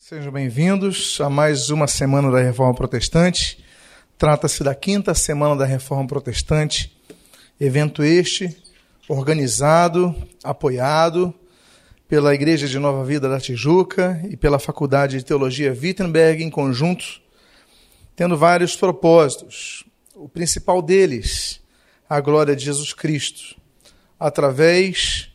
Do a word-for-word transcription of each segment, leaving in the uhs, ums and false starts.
Sejam bem-vindos a mais uma Semana da Reforma Protestante. Trata-se da quinta Semana da Reforma Protestante, evento este organizado, apoiado pela Igreja de Nova Vida da Tijuca e pela Faculdade de Teologia Wittenberg em conjunto, tendo vários propósitos. O principal deles, a glória de Jesus Cristo, através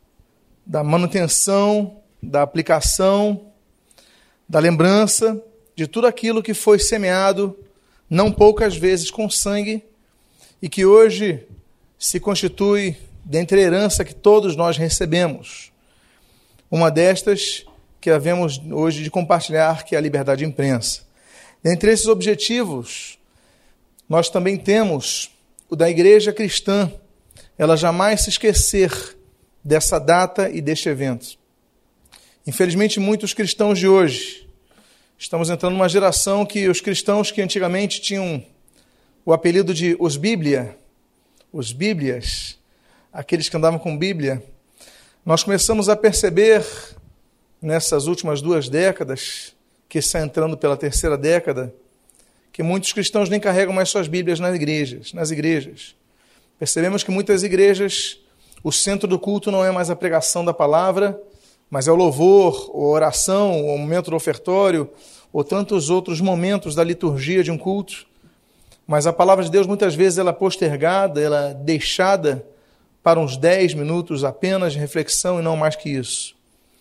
da manutenção, da aplicação, da lembrança de tudo aquilo que foi semeado, não poucas vezes com sangue, e que hoje se constitui dentre a herança que todos nós recebemos. Uma destas que havemos hoje de compartilhar, que é a liberdade de imprensa. Dentre esses objetivos, nós também temos o da igreja cristã, ela jamais se esquecer dessa data e deste evento. Infelizmente, muitos cristãos de hoje, estamos entrando numa geração que os cristãos que antigamente tinham o apelido de os Bíblia, os Bíblias, aqueles que andavam com Bíblia, nós começamos a perceber nessas últimas duas décadas, que está entrando pela terceira década, que muitos cristãos nem carregam mais suas Bíblias nas igrejas, nas igrejas. Percebemos que muitas igrejas, o centro do culto não é mais a pregação da palavra, mas é o louvor, a oração, o momento do ofertório, ou tantos outros momentos da liturgia de um culto. Mas a palavra de Deus, muitas vezes, ela é postergada, ela é deixada para uns dez minutos apenas de reflexão e não mais que isso.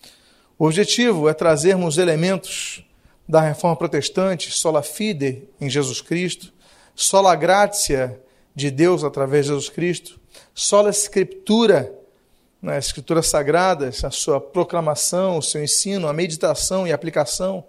O objetivo é trazermos elementos da reforma protestante, sola fide em Jesus Cristo, sola gratia de Deus através de Jesus Cristo, sola escritura, nas escrituras sagradas, a sua proclamação, o seu ensino, a meditação e a aplicação,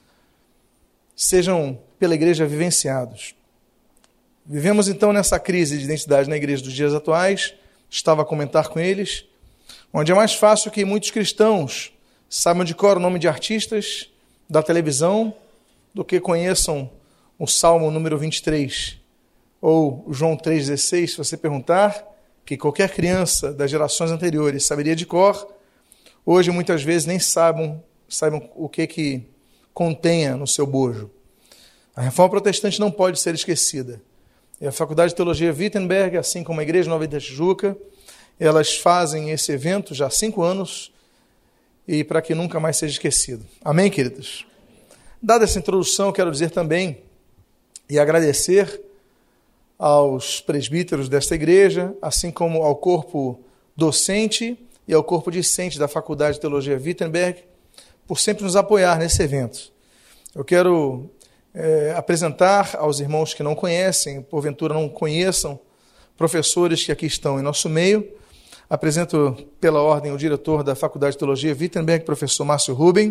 sejam pela igreja vivenciados. Vivemos então nessa crise de identidade na igreja dos dias atuais, estava a comentar com eles, onde é mais fácil que muitos cristãos saibam de cor o nome de artistas da televisão do que conheçam o Salmo número vinte e três ou João três dezesseis, se você perguntar, que qualquer criança das gerações anteriores saberia de cor, hoje muitas vezes nem saibam, saibam o que, que contenha no seu bojo. A reforma protestante não pode ser esquecida. E a Faculdade de Teologia Wittenberg, assim como a Igreja Nova Vida da Tijuca, elas fazem esse evento já há cinco anos e para que nunca mais seja esquecido. Amém, queridos? Dada essa introdução, quero dizer também e agradecer aos presbíteros desta igreja, assim como ao corpo docente e ao corpo discente da Faculdade de Teologia Wittenberg, por sempre nos apoiar nesse evento. Eu quero é, apresentar aos irmãos que não conhecem, porventura não conheçam, professores que aqui estão em nosso meio. Apresento pela ordem o diretor da Faculdade de Teologia Wittenberg, professor Márcio Rubem.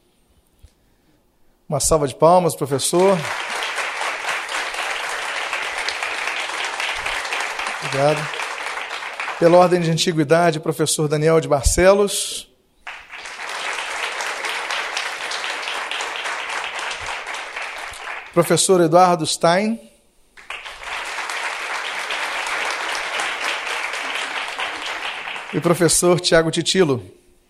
Uma salva de palmas, professor. Obrigado. Pela ordem de antiguidade, professor Daniel de Barcelos. Professor Eduardo Stein. E professor Tiago Titilo.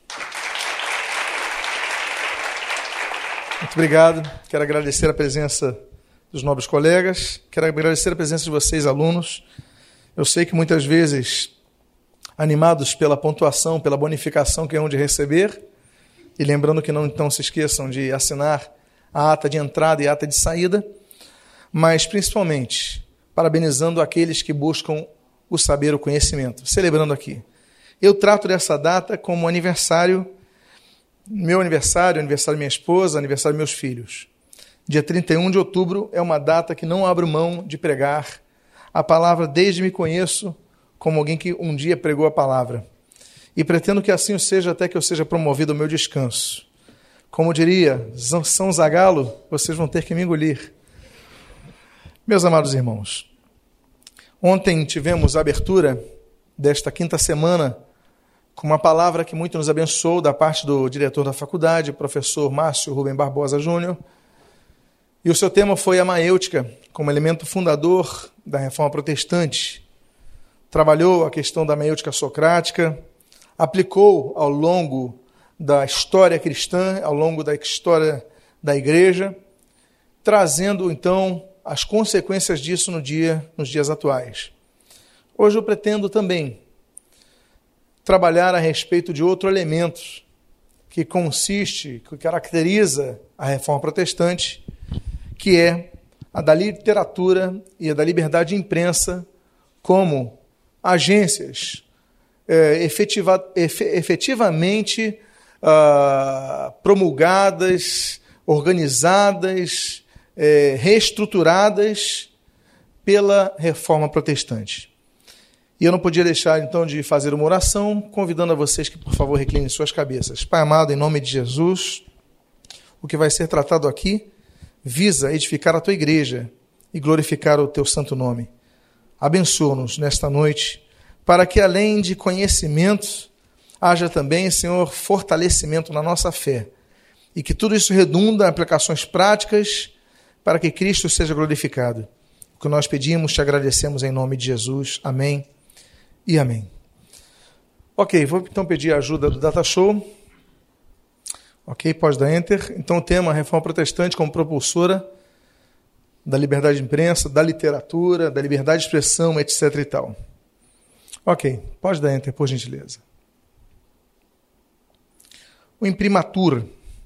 Muito obrigado. Quero agradecer a presença dos nobres colegas. Quero agradecer a presença de vocês, alunos. Eu sei que muitas vezes, animados pela pontuação, pela bonificação que hão de receber, e lembrando que não então se esqueçam de assinar a ata de entrada e a ata de saída, mas principalmente parabenizando aqueles que buscam o saber, o conhecimento, celebrando aqui. Eu trato dessa data como aniversário, meu aniversário, aniversário da minha esposa, aniversário dos meus filhos. Dia trinta e um de outubro é uma data que não abro mão de pregar a palavra desde me conheço como alguém que um dia pregou a palavra. E pretendo que assim seja até que eu seja promovido ao meu descanso. Como diria São Zagalo, vocês vão ter que me engolir. Meus amados irmãos, ontem tivemos a abertura desta quinta semana com uma palavra que muito nos abençoou da parte do diretor da faculdade, professor Márcio Rubem Barbosa Júnior. E o seu tema foi a maêutica, como elemento fundador da reforma protestante. Trabalhou a questão da maêutica socrática, aplicou ao longo da história cristã, ao longo da história da igreja, trazendo então as consequências disso no dia, nos dias atuais. Hoje eu pretendo também trabalhar a respeito de outro elemento que consiste, que caracteriza a Reforma Protestante, que é a da literatura e a da liberdade de imprensa como agências é, efetiva, efe, efetivamente ah, promulgadas, organizadas, é, reestruturadas pela Reforma Protestante. E eu não podia deixar, então, de fazer uma oração, convidando a vocês que, por favor, reclinem suas cabeças. Pai amado, em nome de Jesus, o que vai ser tratado aqui visa edificar a tua igreja e glorificar o teu santo nome. Abençoa-nos nesta noite, para que, além de conhecimento, haja também, Senhor, fortalecimento na nossa fé, e que tudo isso redunda em aplicações práticas para que Cristo seja glorificado. O que nós pedimos, te agradecemos em nome de Jesus. Amém e amém. Ok, vou então pedir a ajuda do Data Show. Ok, pode dar Enter. Então o tema Reforma Protestante como propulsora da liberdade de imprensa, da literatura, da liberdade de expressão, etc e tal. Ok, pode dar Enter, por gentileza. O imprimatur.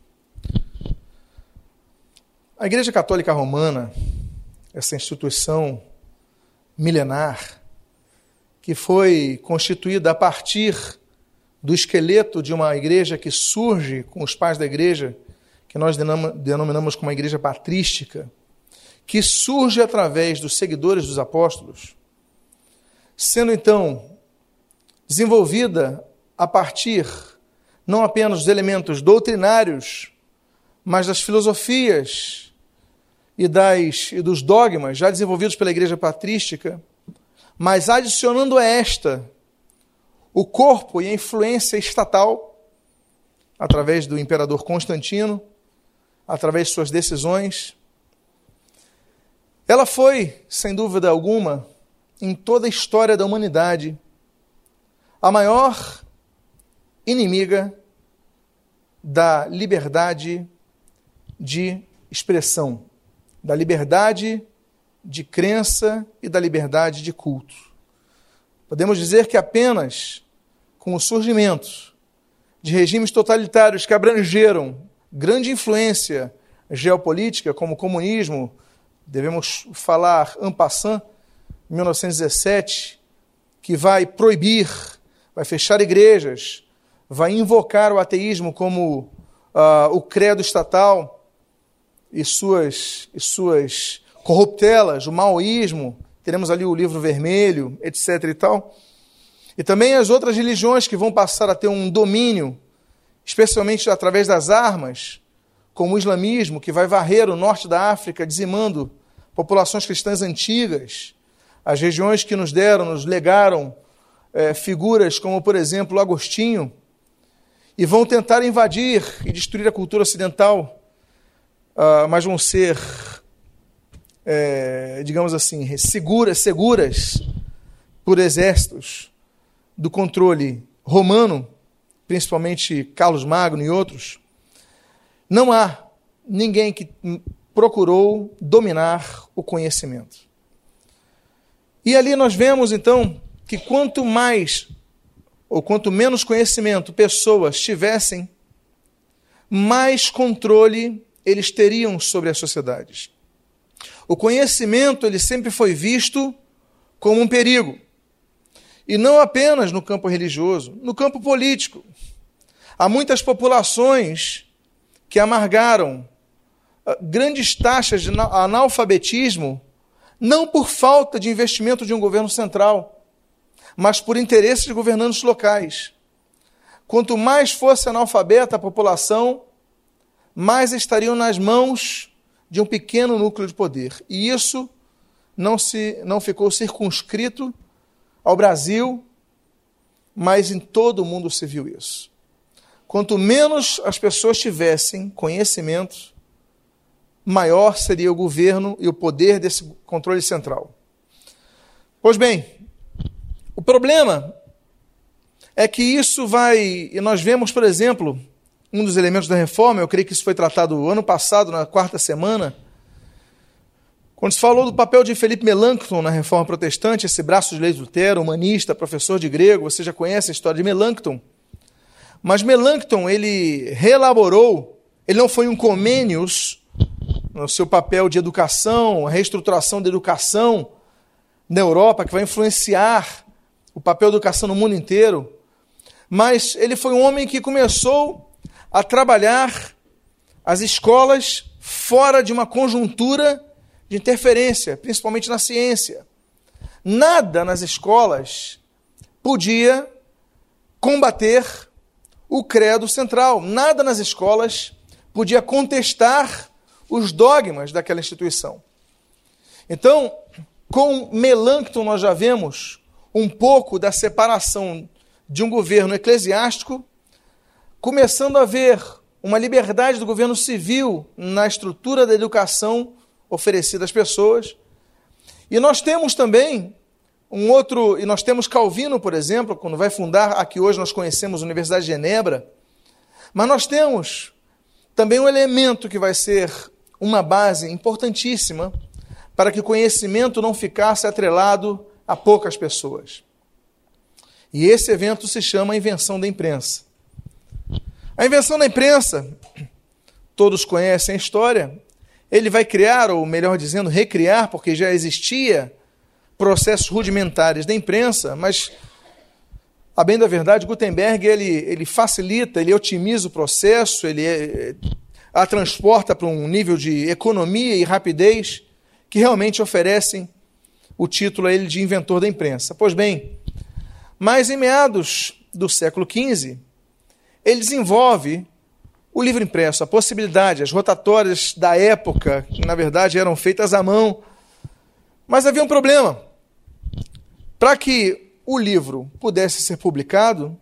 A Igreja Católica Romana, essa instituição milenar, que foi constituída a partir do esqueleto de uma igreja que surge com os pais da igreja, que nós denominamos como a igreja patrística, que surge através dos seguidores dos apóstolos, sendo então desenvolvida a partir não apenas dos elementos doutrinários, mas das filosofias e, das, e dos dogmas já desenvolvidos pela igreja patrística, mas adicionando a esta o corpo e a influência estatal, através do imperador Constantino, através de suas decisões. Ela foi, sem dúvida alguma, em toda a história da humanidade, a maior inimiga da liberdade de expressão, da liberdade de crença e da liberdade de culto. Podemos dizer que apenas com o surgimento de regimes totalitários que abrangeram grande influência geopolítica, como o comunismo, devemos falar en passant, em mil novecentos e dezessete, que vai proibir, vai fechar igrejas, vai invocar o ateísmo como uh, o credo estatal e suas, e suas corruptelas, o maoísmo, teremos ali o livro vermelho, etc e tal. E também as outras religiões que vão passar a ter um domínio, especialmente através das armas, como o islamismo, que vai varrer o norte da África, dizimando populações cristãs antigas, as regiões que nos deram, nos legaram é, figuras como, por exemplo, Agostinho, e vão tentar invadir e destruir a cultura ocidental, uh, mas vão ser... É, digamos assim, seguras, seguras por exércitos do controle romano, principalmente Carlos Magno e outros. Não há ninguém que procurou dominar o conhecimento. E ali nós vemos, então, que quanto mais ou quanto menos conhecimento pessoas tivessem, mais controle eles teriam sobre as sociedades. O conhecimento ele sempre foi visto como um perigo. E não apenas no campo religioso, no campo político. Há muitas populações que amargaram grandes taxas de analfabetismo, não por falta de investimento de um governo central, mas por interesses de governantes locais. Quanto mais fosse analfabeta a população, mais estariam nas mãos de um pequeno núcleo de poder. E isso não, se, não ficou circunscrito ao Brasil, mas em todo o mundo se viu isso. Quanto menos as pessoas tivessem conhecimento, maior seria o governo e o poder desse controle central. Pois bem, o problema é que isso vai... E nós vemos, por exemplo, um dos elementos da reforma, eu creio que isso foi tratado ano passado, na quarta semana, quando se falou do papel de Felipe Melanchthon na reforma protestante, esse braço de leis de Lutero, humanista, professor de grego, você já conhece a história de Melanchthon. Mas Melanchthon, ele reelaborou, ele não foi um Comênios no seu papel de educação, a reestruturação da educação na Europa, que vai influenciar o papel da educação no mundo inteiro, mas ele foi um homem que começou a trabalhar as escolas fora de uma conjuntura de interferência, principalmente na ciência. Nada nas escolas podia combater o credo central. Nada nas escolas podia contestar os dogmas daquela instituição. Então, com Melanchthon nós já vemos um pouco da separação de um governo eclesiástico, começando a haver uma liberdade do governo civil na estrutura da educação oferecida às pessoas. E nós temos também um outro, e nós temos Calvino, por exemplo, quando vai fundar, aqui hoje nós conhecemos a Universidade de Genebra, mas nós temos também um elemento que vai ser uma base importantíssima para que o conhecimento não ficasse atrelado a poucas pessoas. E esse evento se chama a invenção da imprensa. A invenção da imprensa, todos conhecem a história, ele vai criar, ou melhor dizendo, recriar, porque já existia processos rudimentares da imprensa, mas, a bem da verdade, Gutenberg ele, ele facilita, ele otimiza o processo, ele é, a transporta para um nível de economia e rapidez que realmente oferecem o título a ele de inventor da imprensa. Pois bem, mas em meados do século quinze, ele desenvolve o livro impresso, a possibilidade, as rotatórias da época, que na verdade eram feitas à mão, mas havia um problema. Para que o livro pudesse ser publicado,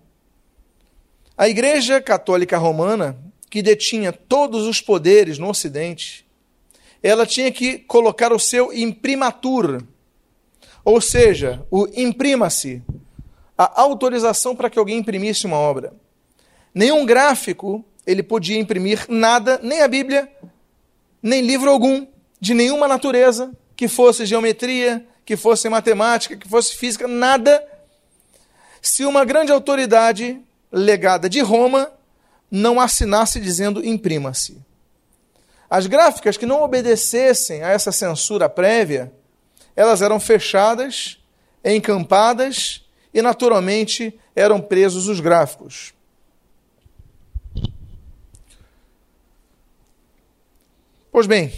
a Igreja Católica Romana, que detinha todos os poderes no Ocidente, ela tinha que colocar o seu imprimatur, ou seja, o imprima-se, a autorização para que alguém imprimisse uma obra. Nenhum gráfico ele podia imprimir nada, nem a Bíblia, nem livro algum, de nenhuma natureza, que fosse geometria, que fosse matemática, que fosse física, nada, se uma grande autoridade legada de Roma não assinasse dizendo imprima-se. As gráficas que não obedecessem a essa censura prévia, elas eram fechadas, encampadas e, naturalmente, eram presos os gráficos. Pois bem,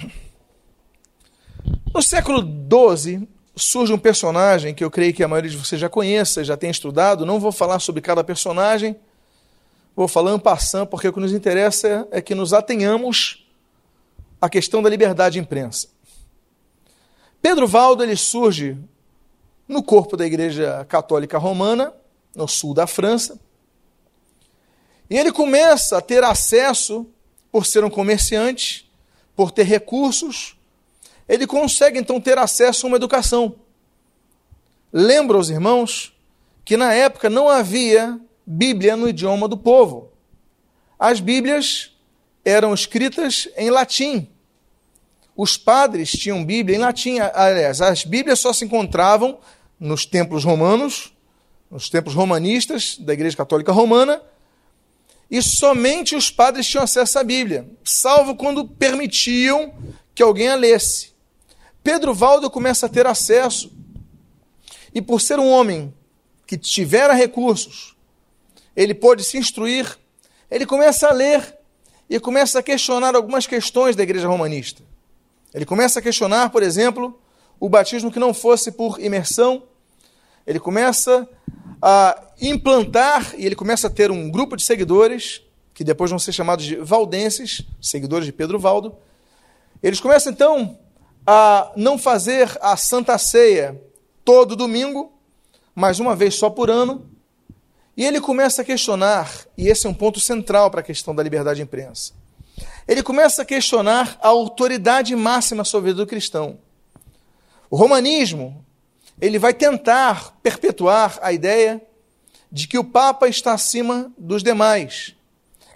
no século doze surge um personagem que eu creio que a maioria de vocês já conheça, já tem estudado. Não vou falar sobre cada personagem, vou falar en passant, porque o que nos interessa é que nos atenhamos à questão da liberdade de imprensa. Pedro Valdo ele surge no corpo da Igreja Católica Romana, no sul da França, e ele começa a ter acesso, por ser um comerciante, por ter recursos, ele consegue então ter acesso a uma educação. Lembra os irmãos que na época não havia Bíblia no idioma do povo. As Bíblias eram escritas em latim. Os padres tinham Bíblia em latim. Aliás, as Bíblias só se encontravam nos templos romanos, nos templos romanistas da Igreja Católica Romana, e somente os padres tinham acesso à Bíblia, salvo quando permitiam que alguém a lesse. Pedro Valdo começa a ter acesso, e por ser um homem que tivera recursos, ele pôde se instruir, ele começa a ler e começa a questionar algumas questões da Igreja Romanista. Ele começa a questionar, por exemplo, o batismo que não fosse por imersão. Ele começa a implantar, e ele começa a ter um grupo de seguidores, que depois vão ser chamados de valdenses, seguidores de Pedro Valdo. Eles começam, então, a não fazer a Santa Ceia todo domingo, mas uma vez só por ano. E ele começa a questionar, e esse é um ponto central para a questão da liberdade de imprensa, ele começa a questionar a autoridade máxima sobre a vida do cristão. O romanismo, ele vai tentar perpetuar a ideia de que o Papa está acima dos demais,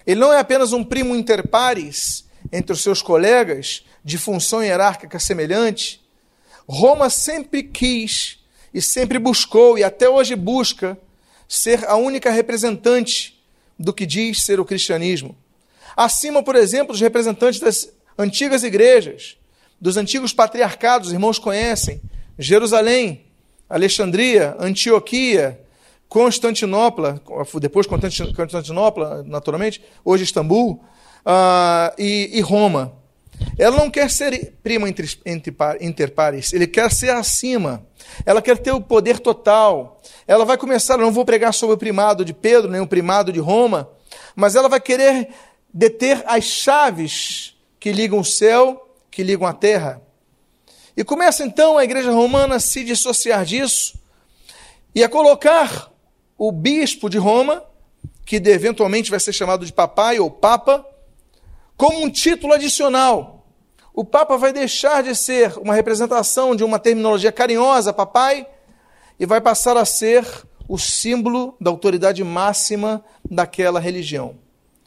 Ele não é apenas um primo inter pares entre os seus colegas, de função hierárquica semelhante. Roma sempre quis e sempre buscou, e até hoje busca, ser a única representante do que diz ser o cristianismo. Acima, por exemplo, dos representantes das antigas igrejas, dos antigos patriarcados, os irmãos conhecem, Jerusalém, Alexandria, Antioquia, Constantinopla, depois Constantinopla, naturalmente, hoje Istambul, uh, e, e Roma. Ela não quer ser prima entre, entre, inter pares, ele quer ser acima. Ela quer ter o poder total. Ela vai começar, eu não vou pregar sobre o primado de Pedro, nem o primado de Roma, mas ela vai querer deter as chaves que ligam o céu, que ligam a terra. E começa então a igreja romana a se dissociar disso e a colocar o bispo de Roma, que eventualmente vai ser chamado de papai ou papa, como um título adicional. O papa vai deixar de ser uma representação de uma terminologia carinhosa, papai, e vai passar a ser o símbolo da autoridade máxima daquela religião.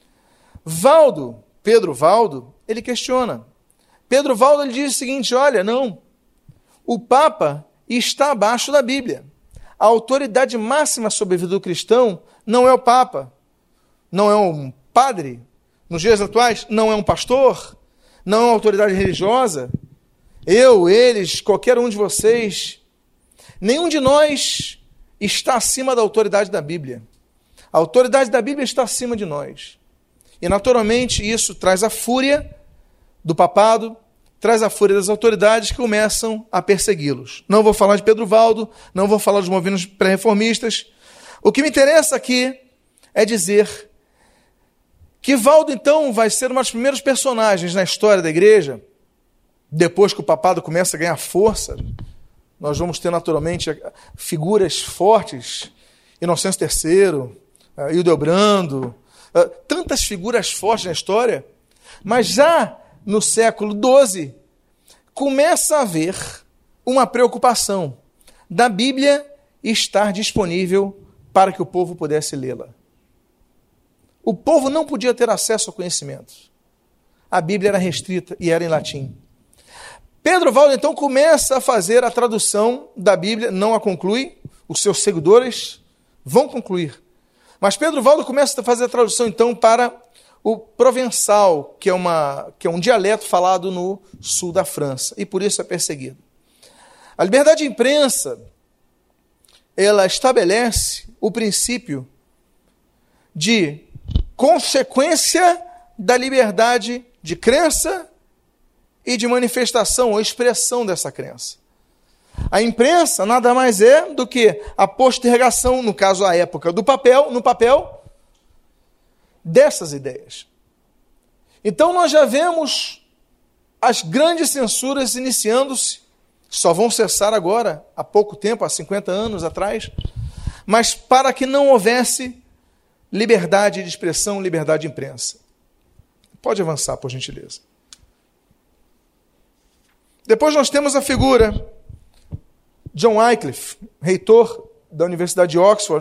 Valdo, Pedro Valdo, ele questiona. Pedro Valdo ele diz o seguinte, olha, não, o Papa está abaixo da Bíblia. A autoridade máxima sobre a vida do cristão não é o Papa, não é um padre, nos dias atuais não é um pastor, não é uma autoridade religiosa, eu, eles, qualquer um de vocês, nenhum de nós está acima da autoridade da Bíblia. A autoridade da Bíblia está acima de nós. E naturalmente isso traz a fúria do papado, traz a fúria das autoridades que começam a persegui-los. Não vou falar de Pedro Valdo, não vou falar dos movimentos pré-reformistas. O que me interessa aqui é dizer que Valdo, então, vai ser um dos primeiros personagens na história da igreja, depois que o papado começa a ganhar força. Nós vamos ter, naturalmente, figuras fortes, Inocêncio terceiro, Hildebrando, tantas figuras fortes na história, mas já no século doze, começa a haver uma preocupação da Bíblia estar disponível para que o povo pudesse lê-la. O povo não podia ter acesso ao conhecimento. A Bíblia era restrita e era em latim. Pedro Valdo, então, começa a fazer a tradução da Bíblia, não a conclui, os seus seguidores vão concluir. Mas Pedro Valdo começa a fazer a tradução, então, para o provençal, que é, uma, que é um dialeto falado no sul da França, e por isso é perseguido. A liberdade de imprensa, ela estabelece o princípio de consequência da liberdade de crença e de manifestação ou expressão dessa crença. A imprensa nada mais é do que a postergação, no caso a época do papel, no papel, dessas ideias. Então nós já vemos as grandes censuras iniciando-se, só vão cessar agora, há pouco tempo, há cinquenta anos atrás, mas para que não houvesse liberdade de expressão, liberdade de imprensa. Pode avançar, por gentileza. Depois nós temos a figura John Wycliffe, reitor da Universidade de Oxford.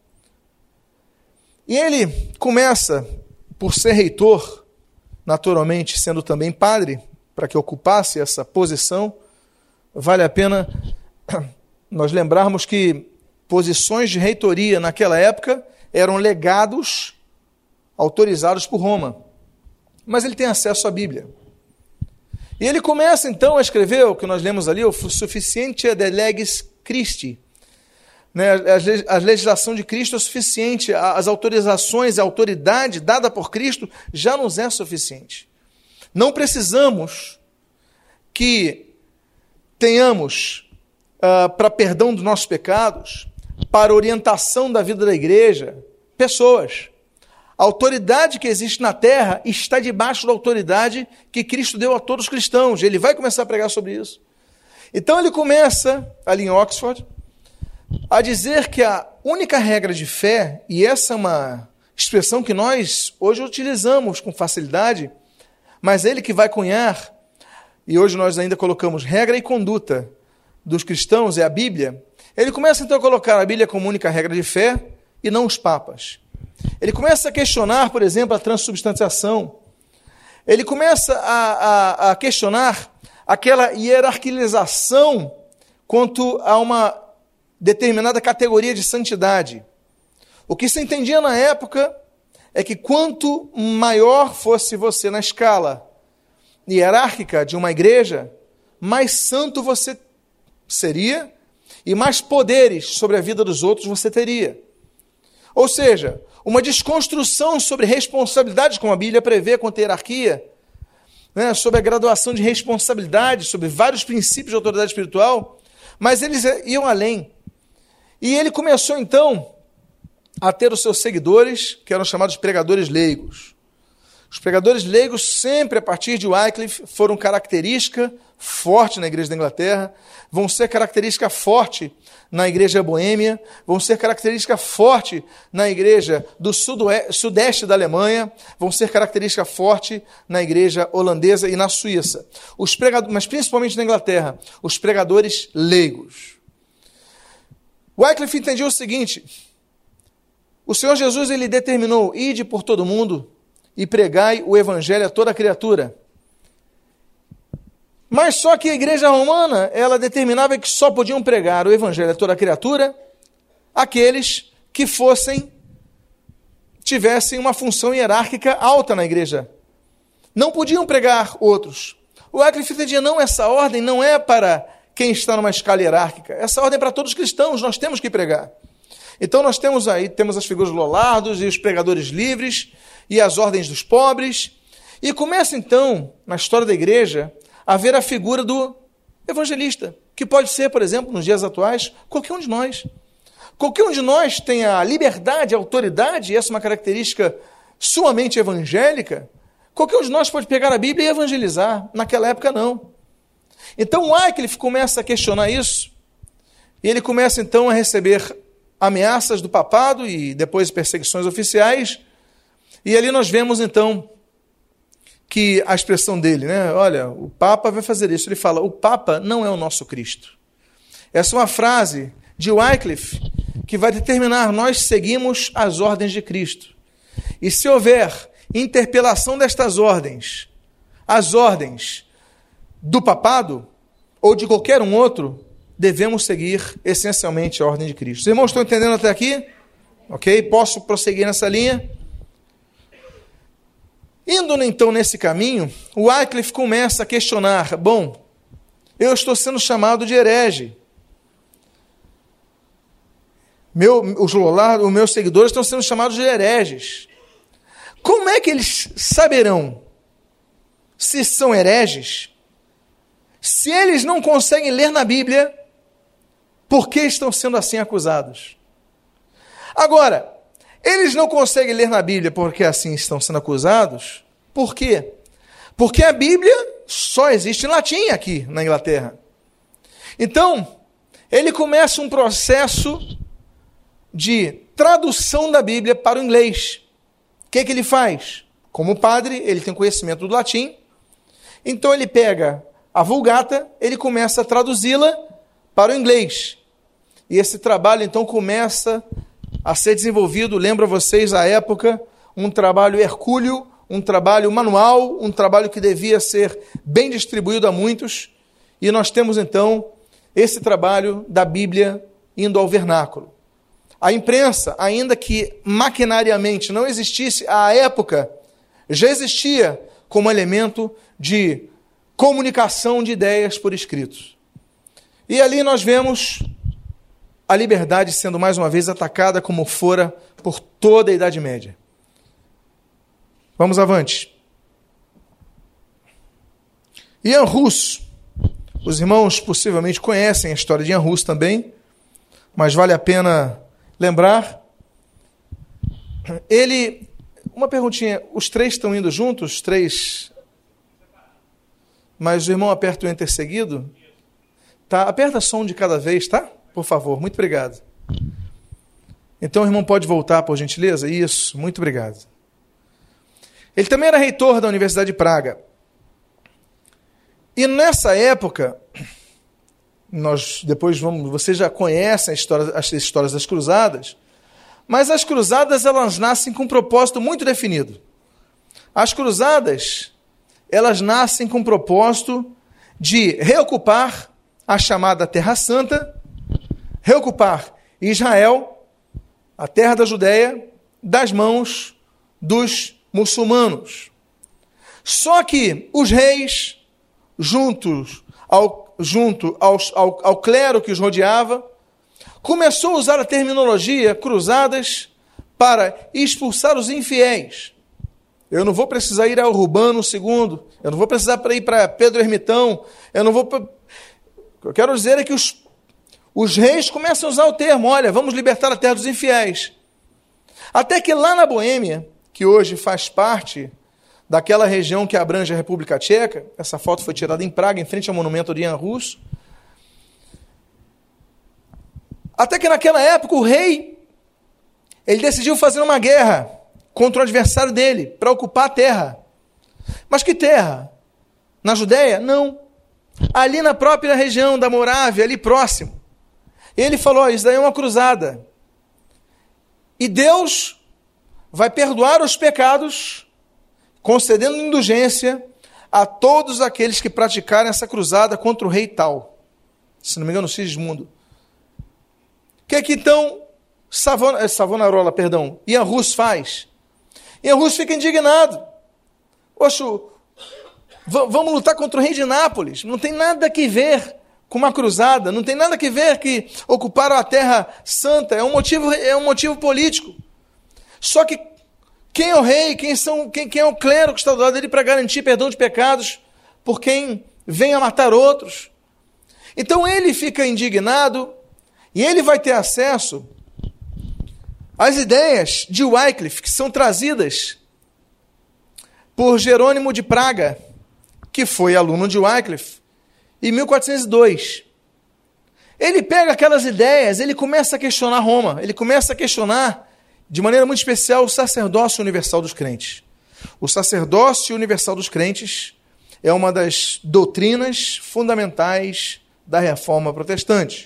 E ele começa, por ser reitor, naturalmente sendo também padre, para que ocupasse essa posição. Vale a pena nós lembrarmos que posições de reitoria naquela época eram legados autorizados por Roma. Mas ele tem acesso à Bíblia. E ele começa então a escrever o que nós lemos ali, o Sufficientia de Legis Christi. Né, a legislação de Cristo é suficiente, as autorizações, a autoridade dada por Cristo já nos é suficiente. Não precisamos que tenhamos, uh, para perdão dos nossos pecados, para orientação da vida da igreja, pessoas. A autoridade que existe na terra está debaixo da autoridade que Cristo deu a todos os cristãos. Ele vai começar a pregar sobre isso. Então ele começa, ali em Oxford, a dizer que a única regra de fé, e essa é uma expressão que nós hoje utilizamos com facilidade, mas ele que vai cunhar, e hoje nós ainda colocamos regra e conduta dos cristãos, é a Bíblia. Ele começa então a colocar a Bíblia como única regra de fé e não os papas. ele começa a questionar, por exemplo, a transubstanciação. Ele começa a, a, a questionar aquela hierarquização quanto a uma determinada categoria de santidade. O que se entendia na época é que quanto maior fosse você na escala hierárquica de uma igreja, mais santo você seria e mais poderes sobre a vida dos outros você teria. Ou seja, uma desconstrução sobre responsabilidade, como a Bíblia prevê quanto à hierarquia, né, sobre a graduação de responsabilidade, sobre vários princípios de autoridade espiritual, mas eles iam além. E ele começou, então, a ter os seus seguidores, que eram chamados pregadores leigos. Os pregadores leigos sempre, a partir de Wycliffe, foram característica forte na igreja da Inglaterra, vão ser característica forte na igreja boêmia, vão ser característica forte na igreja do sudeste da Alemanha, vão ser característica forte na igreja holandesa e na Suíça. Os pregadores, mas principalmente na Inglaterra, os pregadores leigos. Wycliffe entendia o seguinte: o Senhor Jesus ele determinou, ide por todo mundo e pregai o evangelho a toda criatura. Mas só que a igreja romana, ela determinava que só podiam pregar o evangelho a toda criatura aqueles que fossem, tivessem uma função hierárquica alta na igreja. Não podiam pregar outros. O Wycliffe entendia, não, essa ordem não é para quem está numa escala hierárquica, essa ordem é para todos os cristãos, nós temos que pregar. Então nós temos aí, temos as figuras dos lollardos e os pregadores livres e as ordens dos pobres, e começa então, na história da igreja, a ver a figura do evangelista, que pode ser, por exemplo, nos dias atuais, qualquer um de nós. Qualquer um de nós tem a liberdade, a autoridade, e essa é uma característica sumamente evangélica. Qualquer um de nós pode pegar a Bíblia e evangelizar. Naquela época, não. Então, Wycliffe começa a questionar isso, e ele começa, então, a receber ameaças do papado e depois perseguições oficiais, e ali nós vemos, então, que a expressão dele, né? Olha, o Papa vai fazer isso. Ele fala, o Papa não é o nosso Cristo. Essa é uma frase de Wycliffe que vai determinar, nós seguimos as ordens de Cristo. E se houver interpelação destas ordens, as ordens do papado ou de qualquer um outro, devemos seguir essencialmente a ordem de Cristo. Os irmãos estão entendendo até aqui? Ok? Posso prosseguir nessa linha? Indo então nesse caminho, o Wycliffe começa a questionar, bom, eu estou sendo chamado de herege. Meu, os lollardos, os meus seguidores estão sendo chamados de hereges. Como é que eles saberão se são hereges? Se eles não conseguem ler na Bíblia, por que estão sendo assim acusados? Agora, eles não conseguem ler na Bíblia porque assim estão sendo acusados. Por quê? Porque a Bíblia só existe em latim aqui na Inglaterra. Então, ele começa um processo de tradução da Bíblia para o inglês. O que é que ele faz? Como padre, ele tem conhecimento do latim. Então, ele pega a Vulgata, ele começa a traduzi-la para o inglês. E esse trabalho, então, começa a ser desenvolvido, lembro a vocês, à época, um trabalho hercúleo, um trabalho manual, um trabalho que devia ser bem distribuído a muitos, e nós temos, então, esse trabalho da Bíblia indo ao vernáculo. A imprensa, ainda que maquinariamente não existisse à época, já existia como elemento de comunicação de ideias por escrito. E ali nós vemos a liberdade sendo mais uma vez atacada como fora por toda a Idade Média. Vamos avante. Ian Hus, os irmãos possivelmente conhecem a história de Ian Hus também, mas vale a pena lembrar. Ele, uma perguntinha, os três estão indo juntos? Os três? Mas o irmão aperta o enter seguido? Tá, aperta só um de cada vez, tá? Por favor, muito obrigado. Então o irmão pode voltar, por gentileza? Isso, muito obrigado. Ele também era reitor da Universidade de Praga. E nessa época, nós depois vamos, vocês já conhecem a história, as histórias das cruzadas, Mas as cruzadas, elas nascem com um propósito muito definido. As cruzadas, elas nascem com o propósito de reocupar a chamada Terra Santa, reocupar Israel, a terra da Judéia, das mãos dos muçulmanos. Só que os reis, juntos ao, junto aos, ao, ao clero que os rodeava, começou a usar a terminologia cruzadas para expulsar os infiéis. Eu não vou precisar ir ao Urbano segundo, eu não vou precisar para ir para Pedro Ermitão, eu não vou... Pra... O que eu quero dizer é que os, os reis começam a usar o termo, olha, vamos libertar a terra dos infiéis. Até que lá na Boêmia, que hoje faz parte daquela região que abrange a República Tcheca, essa foto foi tirada em Praga, em frente ao monumento de Jan Hus, até que naquela época o rei, ele decidiu fazer uma guerra contra o adversário dele, para ocupar a terra. Mas que terra? Na Judéia? Não. Ali na própria região da Morávia, ali próximo. Ele falou, isso daí é uma cruzada. E Deus vai perdoar os pecados, concedendo indulgência a todos aqueles que praticarem essa cruzada contra o rei tal. Se não me engano, Sigismundo. O que é que então Savon, Savonarola, perdão, Jan Hus faz? Jan Hus fica indignado. Poxa, vamos lutar contra o rei de Nápoles. Não tem nada a ver com uma cruzada, não tem nada a ver que ocuparam a terra santa, é um motivo, é um motivo político. Só que quem é o rei, quem, são, quem, quem é o clero que está do lado dele para garantir perdão de pecados por quem vem a matar outros? Então ele fica indignado e ele vai ter acesso às ideias de Wycliffe, que são trazidas por Jerônimo de Praga, que foi aluno de Wycliffe, em mil quatrocentos e dois. Ele pega aquelas ideias, ele começa a questionar Roma, ele começa a questionar, de maneira muito especial, o sacerdócio universal dos crentes. O sacerdócio universal dos crentes é uma das doutrinas fundamentais da Reforma Protestante.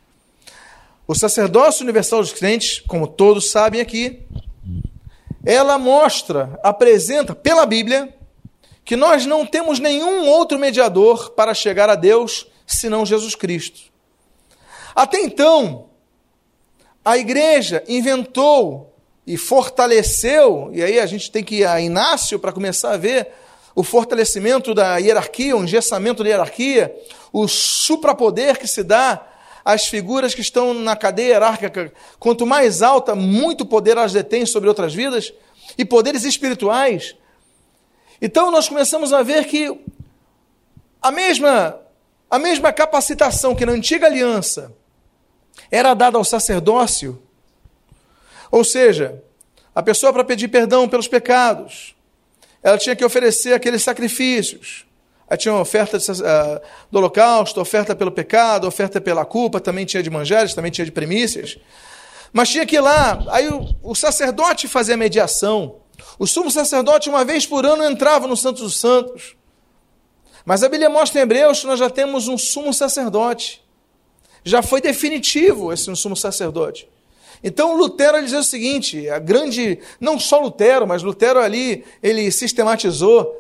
O sacerdócio universal dos crentes, como todos sabem aqui, ela mostra, apresenta pela Bíblia, que nós não temos nenhum outro mediador para chegar a Deus senão Jesus Cristo. Até então, a igreja inventou e fortaleceu, e aí a gente tem que ir a Inácio para começar a ver o fortalecimento da hierarquia, o engessamento da hierarquia, o suprapoder que se dá às figuras que estão na cadeia hierárquica. Quanto mais alta, muito poder elas detêm sobre outras vidas, e poderes espirituais. Então nós começamos a ver que a mesma, a mesma capacitação que na antiga aliança era dada ao sacerdócio, ou seja, a pessoa para pedir perdão pelos pecados, ela tinha que oferecer aqueles sacrifícios. Aí tinha uma oferta de, uh, do holocausto, oferta pelo pecado, oferta pela culpa, também tinha de manjares, também tinha de primícias. Mas tinha que ir lá, aí o, o sacerdote fazia a mediação. O sumo sacerdote, uma vez por ano, entrava no Santo dos Santos. Mas a Bíblia mostra em Hebreus que nós já temos um sumo sacerdote. Já foi definitivo esse sumo sacerdote. Então Lutero dizia o seguinte, a grande, não só Lutero, mas Lutero ali, ele sistematizou,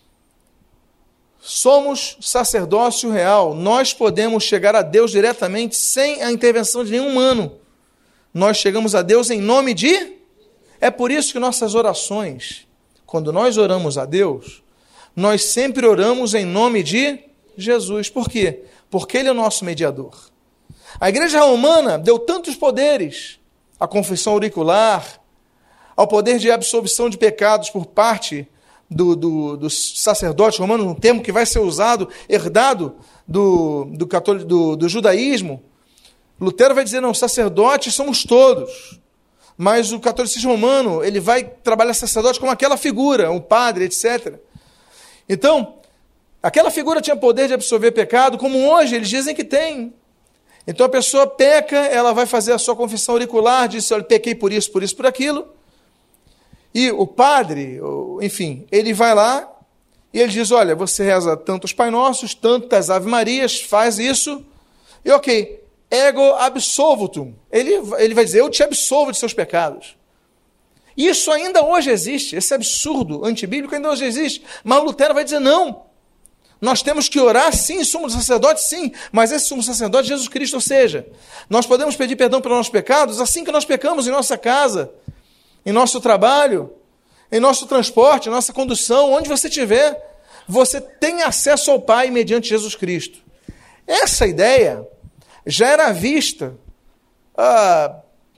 somos sacerdócio real, nós podemos chegar a Deus diretamente sem a intervenção de nenhum humano. Nós chegamos a Deus em nome de... É por isso que nossas orações, quando nós oramos a Deus, nós sempre oramos em nome de Jesus. Por quê? Porque Ele é o nosso mediador. A Igreja Romana deu tantos poderes, a confissão auricular, ao poder de absolvição de pecados por parte do, do, do sacerdote romano, um termo que vai ser usado, herdado do, do, catolic, do, do judaísmo. Lutero vai dizer, não, sacerdotes somos todos. Mas o catolicismo romano, ele vai trabalhar sacerdote como aquela figura, um padre, etcétera. Então, aquela figura tinha poder de absorver pecado, como hoje eles dizem que tem. Então a pessoa peca, ela vai fazer a sua confissão auricular, diz, olha, pequei por isso, por isso, por aquilo. E o padre, enfim, ele vai lá e ele diz, olha, você reza tantos Pai Nossos, tantas Ave Marias, faz isso, e ok, ego absolutum. Ele, ele vai dizer, eu te absolvo de seus pecados. Isso ainda hoje existe, esse absurdo antibíblico ainda hoje existe, mas Lutero vai dizer não. Nós temos que orar, sim, sumo sacerdote, sim, mas esse sumo sacerdote é Jesus Cristo, ou seja, nós podemos pedir perdão pelos nossos pecados assim que nós pecamos em nossa casa, em nosso trabalho, em nosso transporte, em nossa condução, onde você estiver, você tem acesso ao Pai mediante Jesus Cristo. Essa ideia já era vista há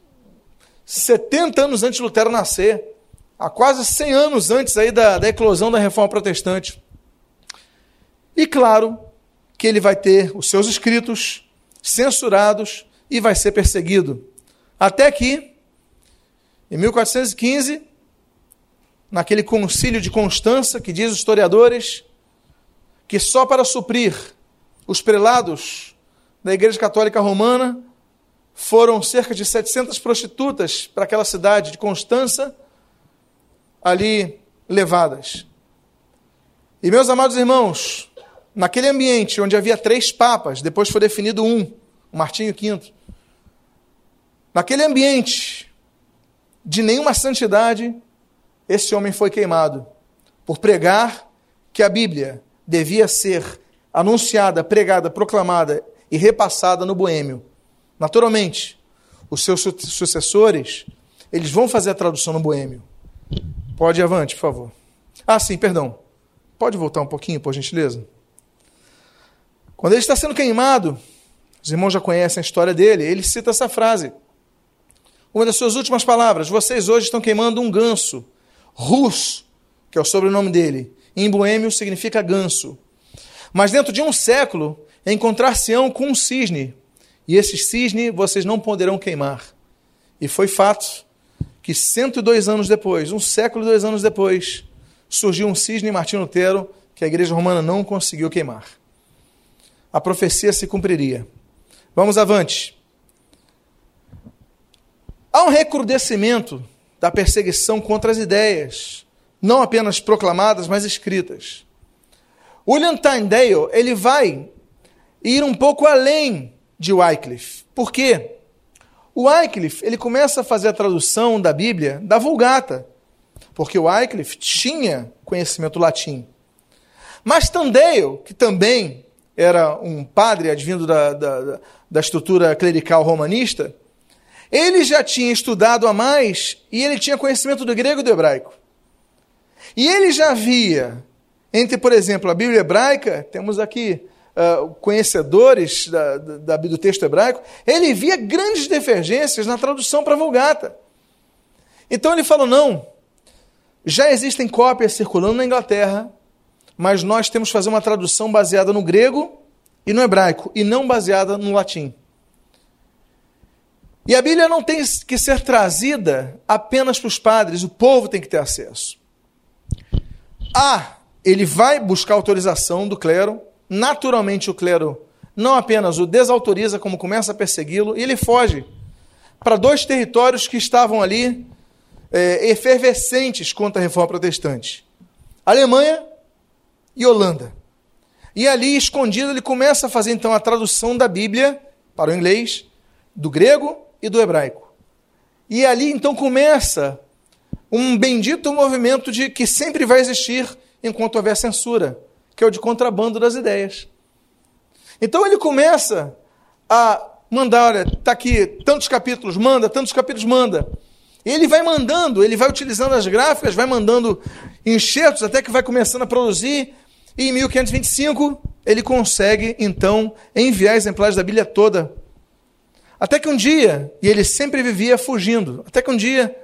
setenta anos antes de Lutero nascer, há quase cem anos antes aí da, da eclosão da Reforma Protestante. E claro que ele vai ter os seus escritos censurados e vai ser perseguido. Até que, em mil quatrocentos e quinze, naquele concílio de Constança, que diz os historiadores que só para suprir os prelados da Igreja Católica Romana foram cerca de setecentas prostitutas para aquela cidade de Constança ali levadas. E, meus amados irmãos, naquele ambiente onde havia três papas, depois foi definido um, o Martinho quinto, naquele ambiente de nenhuma santidade, esse homem foi queimado por pregar que a Bíblia devia ser anunciada, pregada, proclamada e repassada no boêmio. Naturalmente, os seus sucessores, eles vão fazer a tradução no boêmio. Pode ir avante, por favor. Ah, sim, perdão. Pode voltar um pouquinho, por gentileza? Quando ele está sendo queimado, os irmãos já conhecem a história dele, ele cita essa frase. Uma das suas últimas palavras: vocês hoje estão queimando um ganso. Rus, que é o sobrenome dele, em boêmio significa ganso. Mas dentro de um século, encontrar-se-ão com um cisne, e esse cisne vocês não poderão queimar. E foi fato que cento e dois anos depois, um século e dois anos depois, surgiu um cisne em Martinho Lutero que a Igreja Romana não conseguiu queimar. A profecia se cumpriria. Vamos avante. Há um recrudescimento da perseguição contra as ideias, não apenas proclamadas, mas escritas. William Tyndale, ele vai ir um pouco além de Wycliffe. Por quê? O Wycliffe, ele começa a fazer a tradução da Bíblia da Vulgata, porque o Wycliffe tinha conhecimento latim. Mas Tyndale, que também era um padre advindo da, da, da estrutura clerical romanista, ele já tinha estudado a mais e ele tinha conhecimento do grego e do hebraico. E ele já via, entre, por exemplo, a Bíblia hebraica, temos aqui uh, conhecedores da, da, do texto hebraico, ele via grandes divergências na tradução para a Vulgata. Então ele falou, não, já existem cópias circulando na Inglaterra, mas nós temos que fazer uma tradução baseada no grego e no hebraico, e não baseada no latim. E a Bíblia não tem que ser trazida apenas para os padres, o povo tem que ter acesso. Ah, ele vai buscar autorização do clero, naturalmente o clero não apenas o desautoriza, como começa a persegui-lo, e ele foge para dois territórios que estavam ali é, efervescentes contra a Reforma Protestante. Alemanha e Holanda. E ali, escondido, ele começa a fazer então a tradução da Bíblia para o inglês, do grego e do hebraico. E ali então começa um bendito movimento de que sempre vai existir enquanto houver censura, que é o de contrabando das ideias. Então ele começa a mandar, olha, está aqui tantos capítulos, manda, tantos capítulos, manda. E ele vai mandando, ele vai utilizando as gráficas, vai mandando enxertos, até que vai começando a produzir, e em mil quinhentos e vinte e cinco ele consegue, então, enviar exemplares da Bíblia toda. Até que um dia, e ele sempre vivia fugindo, até que um dia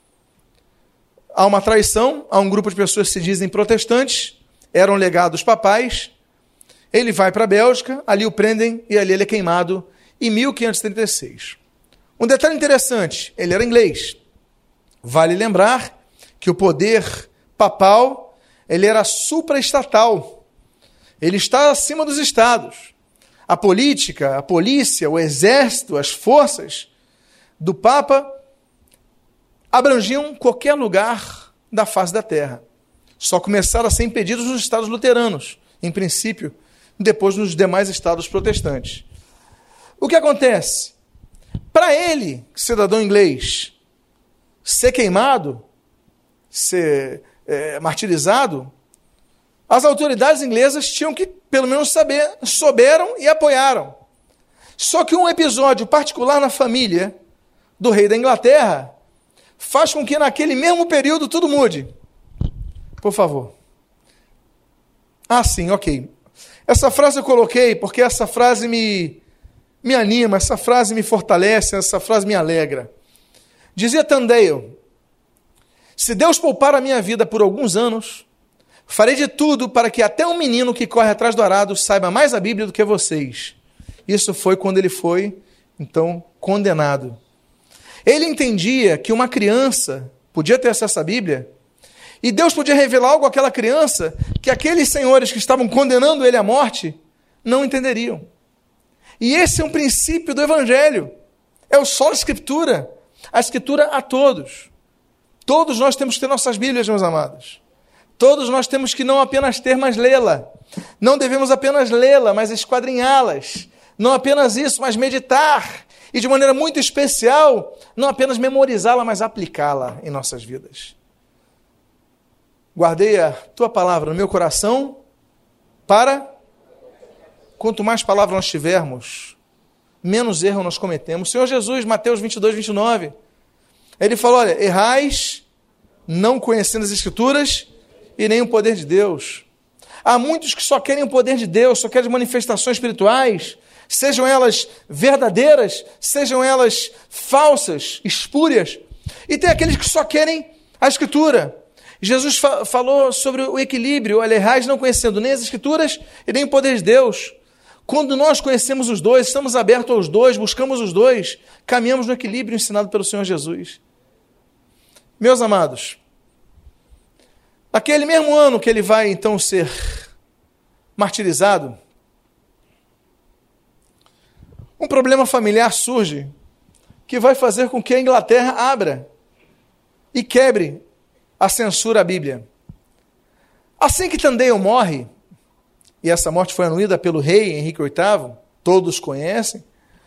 há uma traição, há um grupo de pessoas que se dizem protestantes, eram legados papais, ele vai para a Bélgica, ali o prendem e ali ele é queimado em mil quinhentos e trinta e seis. Um detalhe interessante, ele era inglês. Vale lembrar que o poder papal, ele era supraestatal. Ele está acima dos estados. A política, a polícia, o exército, as forças do Papa abrangiam qualquer lugar da face da terra. Só começaram a ser impedidos nos estados luteranos, em princípio, depois nos demais estados protestantes. O que acontece? Para ele, cidadão inglês, ser queimado, ser é, martirizado, as autoridades inglesas tinham que, pelo menos, saber, souberam e apoiaram. Só que um episódio particular na família do rei da Inglaterra faz com que naquele mesmo período tudo mude. Por favor. Ah, sim, ok. Essa frase eu coloquei porque essa frase me, me anima, essa frase me fortalece, essa frase me alegra. Dizia Tyndale: se Deus poupar a minha vida por alguns anos, farei de tudo para que até um menino que corre atrás do arado saiba mais a Bíblia do que vocês. Isso foi quando ele foi, então, condenado. Ele entendia que uma criança podia ter acesso à Bíblia e Deus podia revelar algo àquela criança que aqueles senhores que estavam condenando ele à morte não entenderiam. E esse é um princípio do Evangelho. É o só a Escritura. A Escritura a todos. Todos nós temos que ter nossas Bíblias, meus amados. Todos nós temos que não apenas ter, mas lê-la. Não devemos apenas lê-la, mas esquadrinhá-las. Não apenas isso, mas meditar. E de maneira muito especial, não apenas memorizá-la, mas aplicá-la em nossas vidas. Guardei a tua palavra no meu coração para, quanto mais palavras nós tivermos, menos erro nós cometemos. O Senhor Jesus, Mateus vinte e dois, vinte e nove, ele falou, olha, errais, não conhecendo as Escrituras e nem o poder de Deus. Há muitos que só querem o poder de Deus, só querem manifestações espirituais, sejam elas verdadeiras, sejam elas falsas, espúrias. E tem aqueles que só querem a Escritura. Jesus fa- falou sobre o equilíbrio, olha, errais não conhecendo nem as Escrituras e nem o poder de Deus. Quando nós conhecemos os dois, estamos abertos aos dois, buscamos os dois, caminhamos no equilíbrio ensinado pelo Senhor Jesus. Meus amados, naquele mesmo ano que ele vai então ser martirizado, um problema familiar surge que vai fazer com que a Inglaterra abra e quebre a censura à Bíblia. Assim que Tyndale morre, e essa morte foi anuída pelo rei Henrique oitavo, todos conhecem,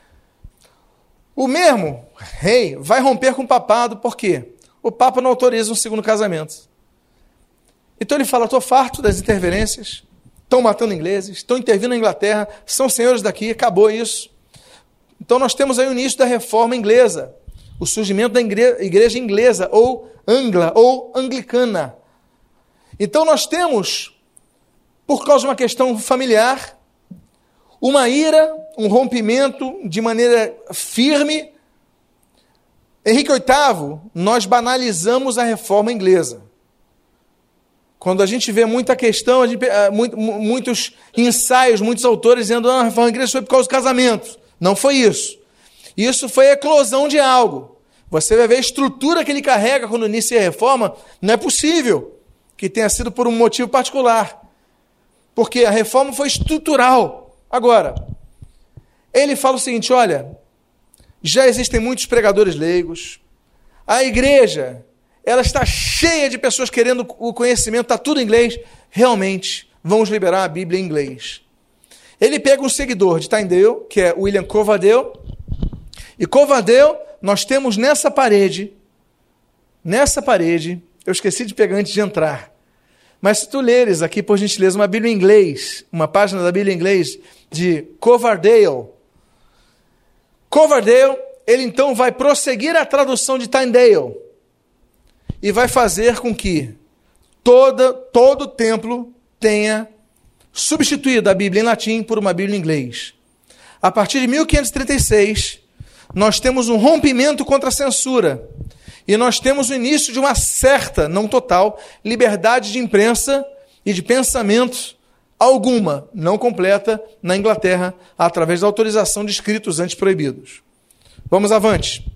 o mesmo rei vai romper com o papado, por quê? O Papa não autoriza um segundo casamento. Então ele fala, estou farto das interferências, estão matando ingleses, estão intervindo na Inglaterra, são senhores daqui, acabou isso. Então nós temos aí o início da reforma inglesa, o surgimento da igreja inglesa, ou angla, ou anglicana. Então nós temos, por causa de uma questão familiar, uma ira, um rompimento de maneira firme. Henrique oitavo, nós banalizamos a reforma inglesa. Quando a gente vê muita questão, a gente, muitos ensaios, muitos autores dizendo que a reforma inglesa foi por causa do casamento. Não foi isso. Isso foi a eclosão de algo. Você vai ver a estrutura que ele carrega quando inicia a reforma. Não é possível que tenha sido por um motivo particular. Porque a reforma foi estrutural. Agora, ele fala o seguinte, olha, já existem muitos pregadores leigos. A igreja, ela está cheia de pessoas querendo o conhecimento, está tudo em inglês. Realmente, vamos liberar a Bíblia em inglês. Ele pega um seguidor de Tyndale, que é William Coverdale, e Coverdale, nós temos nessa parede, nessa parede, eu esqueci de pegar antes de entrar, mas se tu leres aqui, por gentileza, uma Bíblia em inglês, uma página da Bíblia em inglês de Coverdale, Coverdale, ele então vai prosseguir a tradução de Tyndale e vai fazer com que toda, todo o templo tenha substituído a Bíblia em latim por uma Bíblia em inglês. A partir de mil quinhentos e trinta e seis, nós temos um rompimento contra a censura e nós temos o início de uma certa, não total, liberdade de imprensa e de pensamento alguma, não completa, na Inglaterra, através da autorização de escritos antes proibidos. Vamos avante.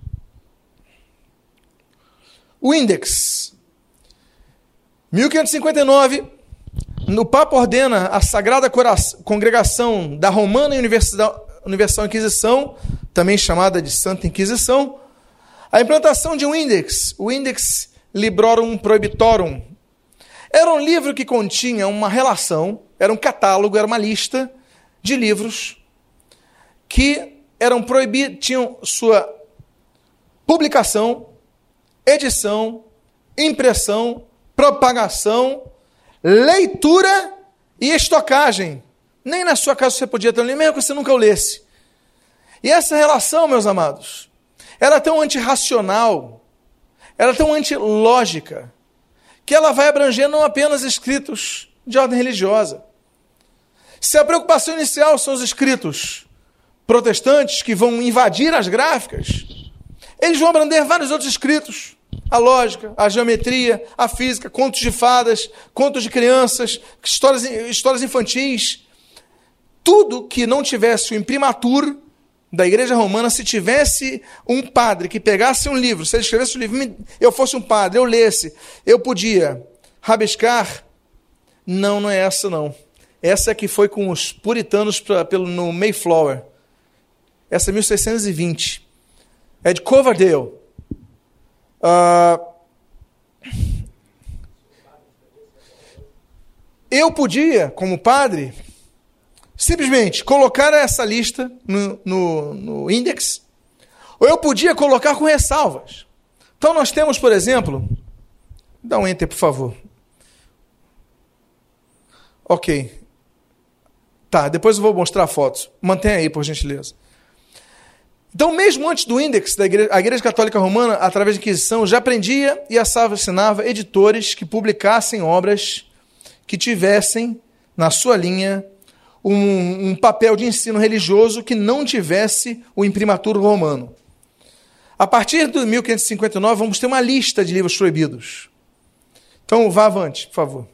O Index. mil quinhentos e cinquenta e nove, o Papa ordena a Sagrada Congregação da Romana Universal Inquisição, também chamada de Santa Inquisição, a implantação de um Index, o Index Librorum Prohibitorum. Era um livro que continha uma relação, era um catálogo, era uma lista de livros que eram proibidos, tinham sua publicação, edição, impressão, propagação, leitura e estocagem. Nem na sua casa você podia ter um livro, mesmo que você nunca o lesse. E essa relação, meus amados, era é tão antirracional, era é tão antilógica, que ela vai abranger não apenas escritos de ordem religiosa. Se a preocupação inicial são os escritos protestantes que vão invadir as gráficas, eles vão abranger vários outros escritos. A lógica, a geometria, a física, contos de fadas, contos de crianças, histórias, histórias infantis. Tudo que não tivesse o imprimatur da Igreja Romana, se tivesse um padre que pegasse um livro, se ele escrevesse um livro, eu fosse um padre, eu lesse, eu podia rabiscar. Não, não é essa não. Essa é que foi com os puritanos pra, pelo, no Mayflower. Essa é mil seiscentos e vinte. É de Coverdale. Uh, eu podia, como padre, simplesmente colocar essa lista no, no, no index, ou eu podia colocar com ressalvas. Então nós temos, por exemplo, dá um enter, por favor. Ok. Tá, depois eu vou mostrar fotos. Mantenha aí, por gentileza. Então, mesmo antes do índex, da igreja, a Igreja Católica Romana, através da Inquisição, já prendia e assassinava editores que publicassem obras que tivessem, na sua linha, um, um papel de ensino religioso que não tivesse o imprimatur romano. A partir de mil quinhentos e cinquenta e nove, vamos ter uma lista de livros proibidos. Então, vá avante, por favor.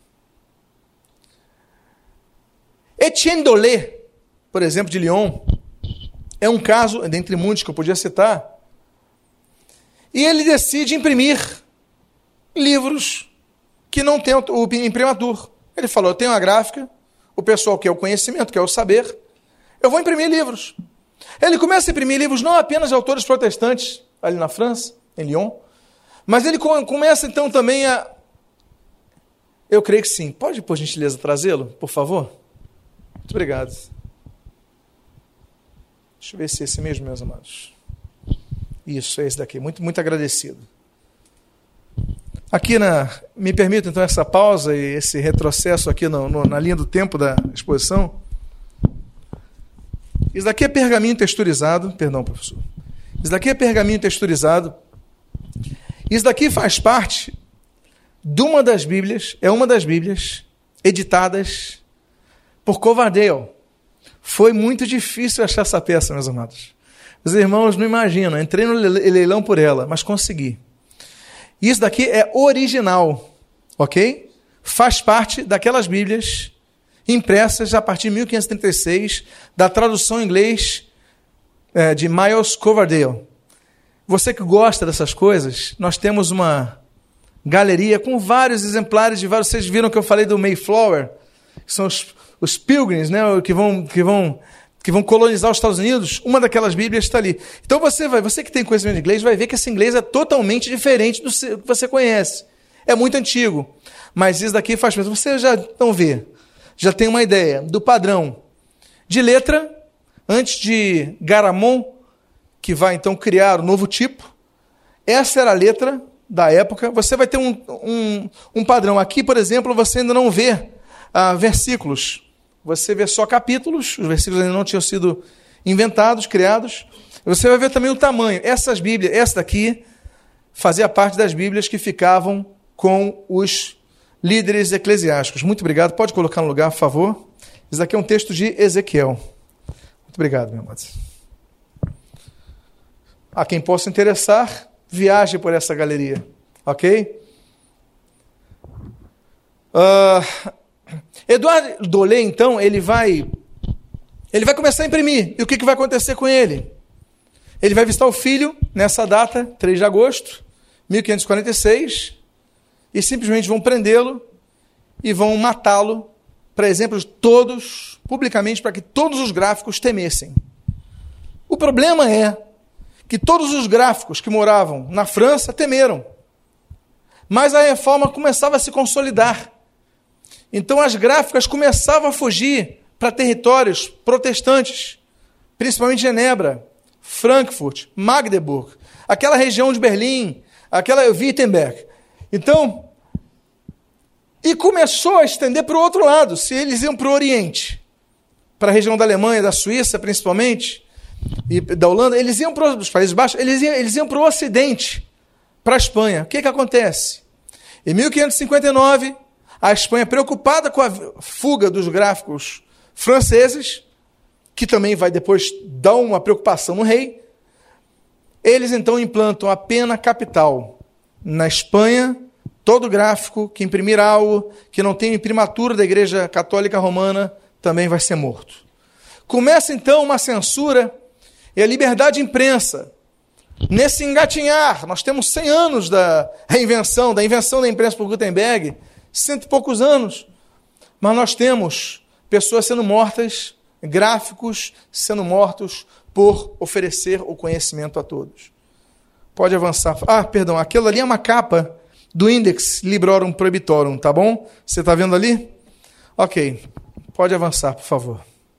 Etienne Dolet, por exemplo, de Lyon, é um caso, dentre muitos que eu podia citar, e ele decide imprimir livros que não têm o imprimatur. Ele falou, eu tenho uma gráfica, o pessoal quer o conhecimento, quer o saber, eu vou imprimir livros. Ele começa a imprimir livros não apenas de autores protestantes, ali na França, em Lyon, mas ele começa então também a... Eu creio que sim. Pode, por gentileza, trazê-lo, por favor? Muito obrigado. Deixa eu ver se é esse mesmo, meus amados. Isso, é esse daqui. Muito, muito agradecido. Aqui, na, me permita, então, essa pausa e esse retrocesso aqui no, no, na linha do tempo da exposição. Isso daqui é pergaminho texturizado. Perdão, professor. Isso daqui é pergaminho texturizado. Isso daqui faz parte de uma das Bíblias, é uma das Bíblias editadas por Coverdale. Foi muito difícil achar essa peça, meus amados. Os irmãos não imaginam, entrei no leilão por ela, mas consegui. Isso daqui é original, ok? Faz parte daquelas Bíblias impressas a partir de mil quinhentos e trinta e seis, da tradução em inglês é, de Miles Coverdale. Você que gosta dessas coisas, nós temos uma galeria com vários exemplares de vários. Vocês viram que eu falei do Mayflower, que são os, os pilgrims, né, que vão, que vão, que vão colonizar os Estados Unidos. Uma daquelas Bíblias está ali. Então você vai, você que tem conhecimento de inglês, vai ver que esse inglês é totalmente diferente do que você conhece. É muito antigo, mas isso daqui faz parte. Você já não vê, já tem uma ideia do padrão de letra antes de Garamond, que vai então criar o novo tipo. Essa era a letra da época. Você vai ter um, um, um padrão. Aqui, por exemplo, você ainda não vê ah, versículos. Você vê só capítulos. Os versículos ainda não tinham sido inventados, criados. Você vai ver também o tamanho. Essas Bíblias, essa daqui, fazia parte das Bíblias que ficavam com os líderes eclesiásticos. Muito obrigado. Pode colocar no lugar, por favor. Isso aqui é um texto de Ezequiel. Muito obrigado, meu amado. A quem possa interessar, viaje por essa galeria, ok? Uh, Edouard Dolet, então, ele vai, ele vai começar a imprimir. E o que, que vai acontecer com ele? Ele vai visitar o filho nessa data, três de agosto de mil quinhentos e quarenta e seis, e simplesmente vão prendê-lo e vão matá-lo, para exemplo de todos, publicamente, para que todos os gráficos temessem. O problema é que todos os gráficos que moravam na França temeram. Mas a reforma começava a se consolidar. Então as gráficas começavam a fugir para territórios protestantes, principalmente Genebra, Frankfurt, Magdeburg, aquela região de Berlim, aquela Wittenberg. Então, e começou a estender para o outro lado. Se eles iam para o Oriente, para a região da Alemanha, da Suíça principalmente, e da Holanda, eles iam para os Países Baixos, eles iam, eles iam para o Ocidente, para a Espanha. O que que acontece? Em mil quinhentos e cinquenta e nove, a Espanha, preocupada com a fuga dos gráficos franceses, que também vai depois dar uma preocupação no rei, eles então implantam a pena capital. Na Espanha, todo gráfico que imprimir algo que não tenha imprimatura da Igreja Católica Romana também vai ser morto. Começa então uma censura e a liberdade de imprensa. Nesse engatinhar, nós temos cem anos da invenção, da invenção da imprensa por Gutenberg, cento e poucos anos, mas nós temos pessoas sendo mortas, gráficos sendo mortos por oferecer o conhecimento a todos. Pode avançar. Ah, perdão, aquilo ali é uma capa do Index Librorum Prohibitorum, tá bom? Você está vendo ali? Ok, pode avançar, por favor.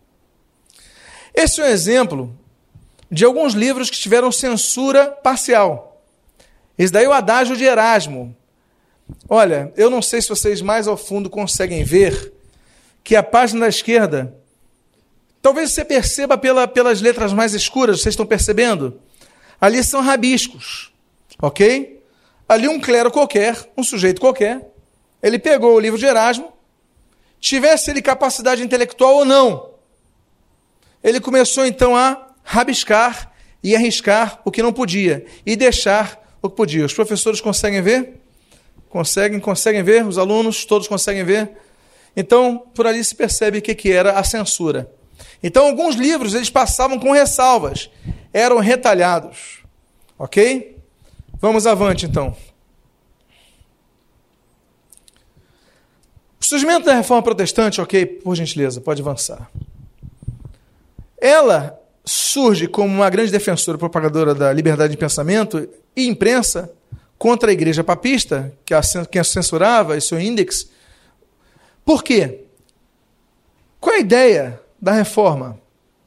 Esse é um exemplo de alguns livros que tiveram censura parcial. Esse daí é o Adágio de Erasmo. Olha, eu não sei se vocês mais ao fundo conseguem ver que a página da esquerda, talvez você perceba pela, pelas letras mais escuras, vocês estão percebendo? Ali são rabiscos, ok? Ali um clero qualquer, um sujeito qualquer, ele pegou o livro de Erasmo, tivesse ele capacidade intelectual ou não, ele começou então a rabiscar e arriscar o que não podia e deixar o que podia. Os professores conseguem ver? Conseguem, conseguem ver? Os alunos todos conseguem ver? Então, por ali se percebe o que, que era a censura. Então, alguns livros eles passavam com ressalvas, eram retalhados. Ok? Vamos avante, então. O surgimento da Reforma Protestante, ok, por gentileza, pode avançar. Ela surge como uma grande defensora e propagadora da liberdade de pensamento e imprensa contra a Igreja Papista, que a, que a censurava, e seu Index. Por quê? Qual é a ideia da reforma?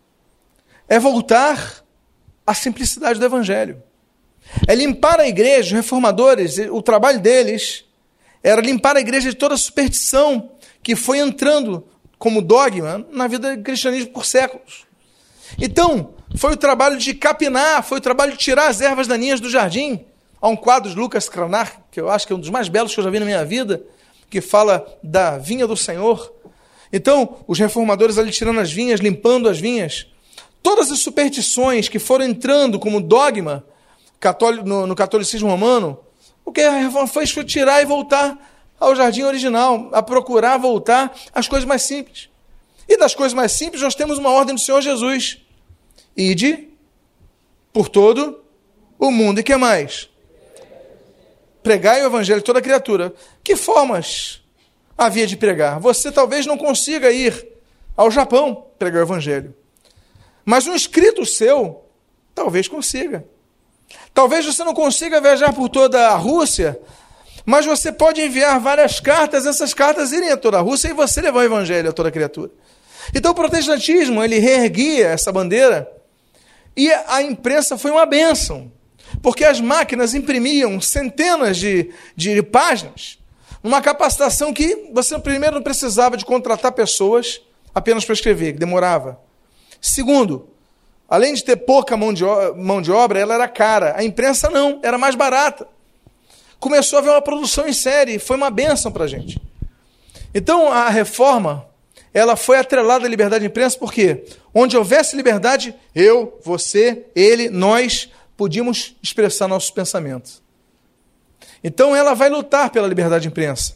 É voltar à simplicidade do Evangelho. É limpar a igreja, os reformadores, o trabalho deles era limpar a igreja de toda a superstição que foi entrando como dogma na vida do cristianismo por séculos. Então, foi o trabalho de capinar, foi o trabalho de tirar as ervas daninhas do jardim. Há um quadro de Lucas Cranach, que eu acho que é um dos mais belos que eu já vi na minha vida, que fala da vinha do Senhor. Então, os reformadores ali tirando as vinhas, limpando as vinhas. Todas as superstições que foram entrando como dogma no, no catolicismo romano, o que a reforma fez foi tirar e voltar ao jardim original, a procurar voltar às coisas mais simples. E das coisas mais simples, nós temos uma ordem do Senhor Jesus. Ide por todo o mundo. E que mais? Pregai o evangelho a toda criatura. Que formas havia de pregar? Você talvez não consiga ir ao Japão pregar o evangelho. Mas um escrito seu, talvez consiga. Talvez você não consiga viajar por toda a Rússia, mas você pode enviar várias cartas, essas cartas irem a toda a Rússia e você levar o evangelho a toda criatura. Então o protestantismo, ele reerguia essa bandeira e a imprensa foi uma bênção, porque as máquinas imprimiam centenas de, de páginas, uma capacitação que você primeiro não precisava de contratar pessoas apenas para escrever, que demorava. Segundo, além de ter pouca mão de, mão de obra, ela era cara. A imprensa não, era mais barata. Começou a haver uma produção em série, foi uma bênção para a gente. Então a reforma, ela foi atrelada à liberdade de imprensa, porque onde houvesse liberdade, eu, você, ele, nós, podíamos expressar nossos pensamentos. Então ela vai lutar pela liberdade de imprensa.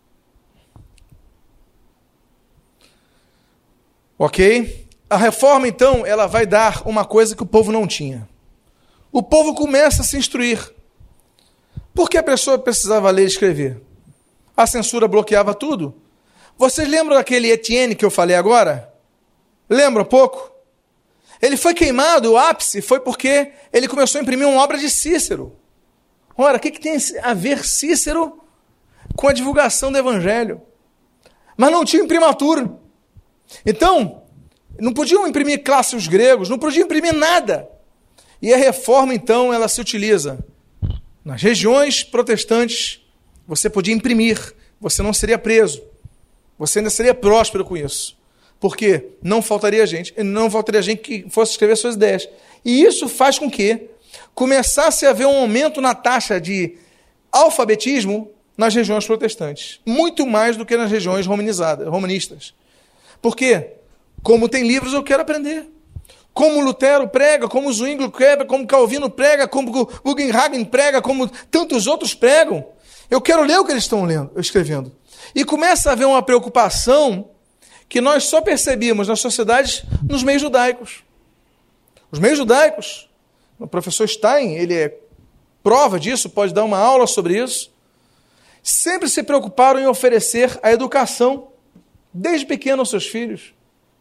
Ok? A reforma, então, ela vai dar uma coisa que o povo não tinha. O povo começa a se instruir. Por que a pessoa precisava ler e escrever? A censura bloqueava tudo. Vocês lembram daquele Etienne que eu falei agora? Lembram um pouco? Ele foi queimado, o ápice foi porque ele começou a imprimir uma obra de Cícero. Ora, o que, que tem a ver Cícero com a divulgação do Evangelho? Mas não tinha imprimatura. Então, Não podiam imprimir clássicos gregos, não podiam imprimir nada. E a reforma, então, ela se utiliza. Nas regiões protestantes, você podia imprimir, você não seria preso. Você ainda seria próspero com isso. Porque não faltaria gente, não faltaria gente que fosse escrever suas ideias. E isso faz com que começasse a haver um aumento na taxa de alfabetismo nas regiões protestantes. Muito mais do que nas regiões romanizadas, romanistas. Por quê? Como tem livros, eu quero aprender. Como Lutero prega, como Zwinglio prega, como Calvino prega, como Bugenhagen prega, como tantos outros pregam. Eu quero ler o que eles estão lendo, escrevendo. E começa a haver uma preocupação que nós só percebíamos nas sociedades nos meios judaicos. Os meios judaicos, o professor Stein, ele é prova disso, pode dar uma aula sobre isso, sempre se preocuparam em oferecer a educação desde pequeno aos seus filhos.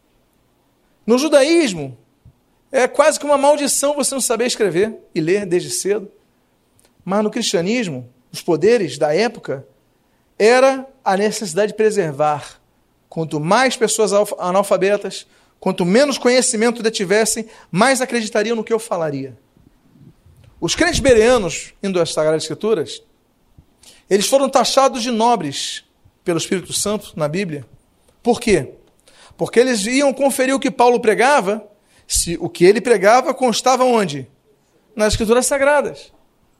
No judaísmo, é quase que uma maldição você não saber escrever e ler desde cedo. Mas no cristianismo, os poderes da época era a necessidade de preservar. Quanto mais pessoas analfabetas, quanto menos conhecimento detivessem, mais acreditariam no que eu falaria. Os crentes bereanos, indo às Sagradas Escrituras, eles foram taxados de nobres pelo Espírito Santo na Bíblia. Por quê? Porque eles iam conferir o que Paulo pregava, se o que ele pregava constava onde? Nas Escrituras Sagradas.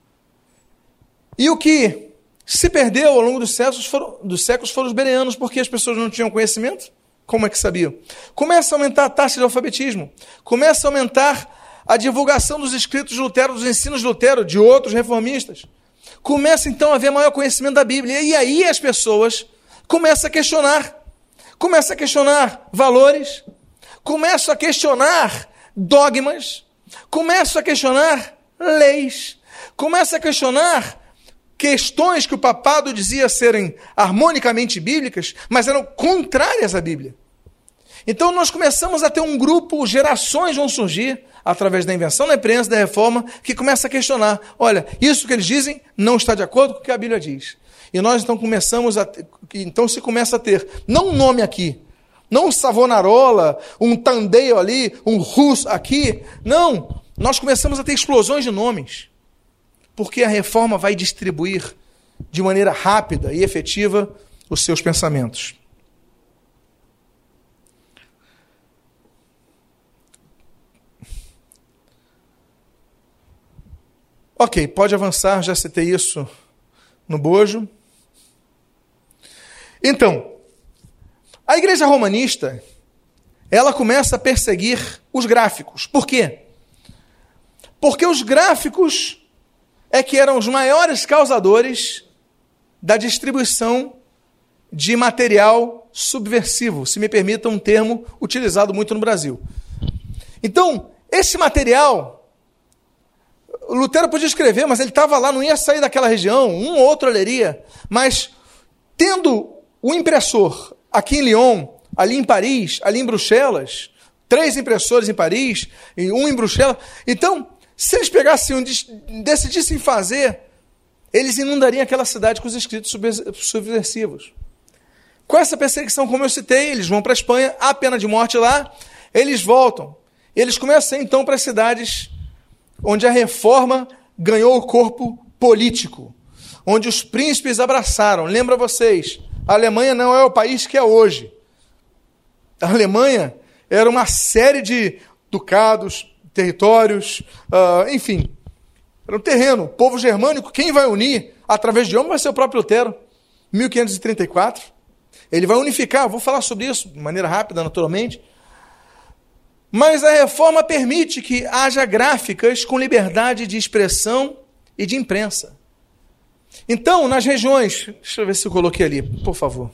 E o que se perdeu ao longo dos séculos foram, dos séculos foram os bereanos, porque as pessoas não tinham conhecimento. Como é que sabiam? Começa a aumentar a taxa de alfabetismo, começa a aumentar a divulgação dos escritos de Lutero, dos ensinos de Lutero, de outros reformistas. Começa então a haver maior conhecimento da Bíblia, e aí as pessoas começam a questionar, começam a questionar valores, começam a questionar dogmas, começam a questionar leis, começam a questionar questões que o papado dizia serem harmonicamente bíblicas, mas eram contrárias à Bíblia. Então nós começamos a ter um grupo, gerações vão surgir, através da invenção da imprensa, da reforma, que começa a questionar, olha, isso que eles dizem não está de acordo com o que a Bíblia diz. E nós então começamos a ter, então se começa a ter, não um nome aqui, não um Savonarola, um Tandeio ali, um Rus aqui, não, nós começamos a ter explosões de nomes. Porque a reforma vai distribuir de maneira rápida e efetiva os seus pensamentos. Ok, pode avançar, já citei isso no bojo. Então, a igreja romanista, ela começa a perseguir os gráficos. Por quê? Porque os gráficos é que eram os maiores causadores da distribuição de material subversivo, se me permita um termo utilizado muito no Brasil. Então, esse material, o Lutero podia escrever, mas ele estava lá, não ia sair daquela região, um ou outro leria, mas tendo o impressor aqui em Lyon, ali em Paris, ali em Bruxelas, três impressores em Paris e um em Bruxelas, então se eles pegassem, decidissem fazer, eles inundariam aquela cidade com os escritos subversivos. Com essa perseguição, como eu citei, eles vão para a Espanha, há pena de morte lá, eles voltam. Eles começam então para as cidades onde a reforma ganhou o corpo político, onde os príncipes abraçaram. Lembra vocês, a Alemanha não é o país que é hoje. A Alemanha era uma série de ducados, territórios, uh, enfim, era um terreno. O povo germânico, quem vai unir através de homem vai ser o próprio Lutero, mil quinhentos e trinta e quatro. Ele vai unificar, vou falar sobre isso de maneira rápida, naturalmente. Mas a reforma permite que haja gráficas com liberdade de expressão e de imprensa. Então, nas regiões, deixa eu ver se eu coloquei ali, por favor.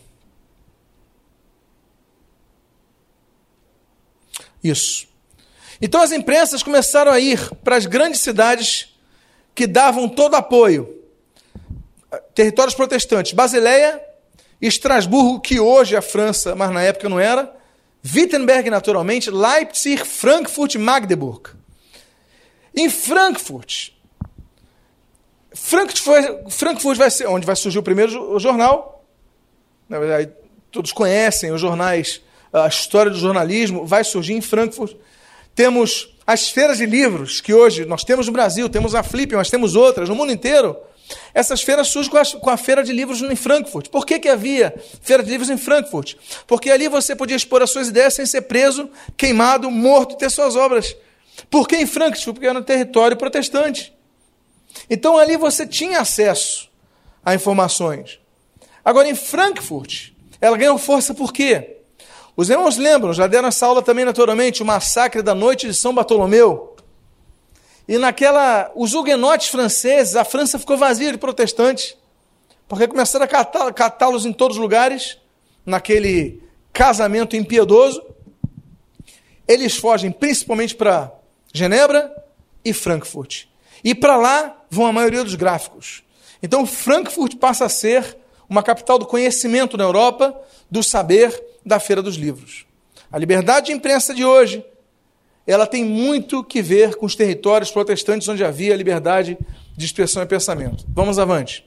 Isso. Então as imprensas começaram a ir para as grandes cidades que davam todo apoio. Territórios protestantes, Basileia, Estrasburgo, que hoje é a França, mas na época não era, Wittenberg, naturalmente, Leipzig, Frankfurt e Magdeburg. Em Frankfurt, Frankfurt, foi, Frankfurt vai ser onde vai surgir o primeiro jornal. Na verdade, todos conhecem os jornais a história do jornalismo vai surgir em Frankfurt. Temos as feiras de livros, que hoje nós temos no Brasil, temos a Flip, mas temos outras no mundo inteiro. Essas feiras surgem com a, com a feira de livros em Frankfurt. Por que que havia feira de livros em Frankfurt? Porque ali você podia expor as suas ideias sem ser preso, queimado, morto, ter suas obras. Por que em Frankfurt? Porque era um território protestante. Então ali você tinha acesso a informações. Agora em Frankfurt, ela ganhou força por quê? Os irmãos lembram, já deram essa aula também naturalmente, o massacre da noite de São Bartolomeu. E naquela, os huguenotes franceses, a França ficou vazia de protestantes, porque começaram a catá- catá-los em todos os lugares, naquele casamento impiedoso. Eles fogem principalmente para Genebra e Frankfurt. E para lá vão a maioria dos gráficos. Então Frankfurt passa a ser uma capital do conhecimento na Europa, do saber, da Feira dos Livros. A liberdade de imprensa de hoje, ela tem muito que ver com os territórios protestantes onde havia liberdade de expressão e pensamento. Vamos avante.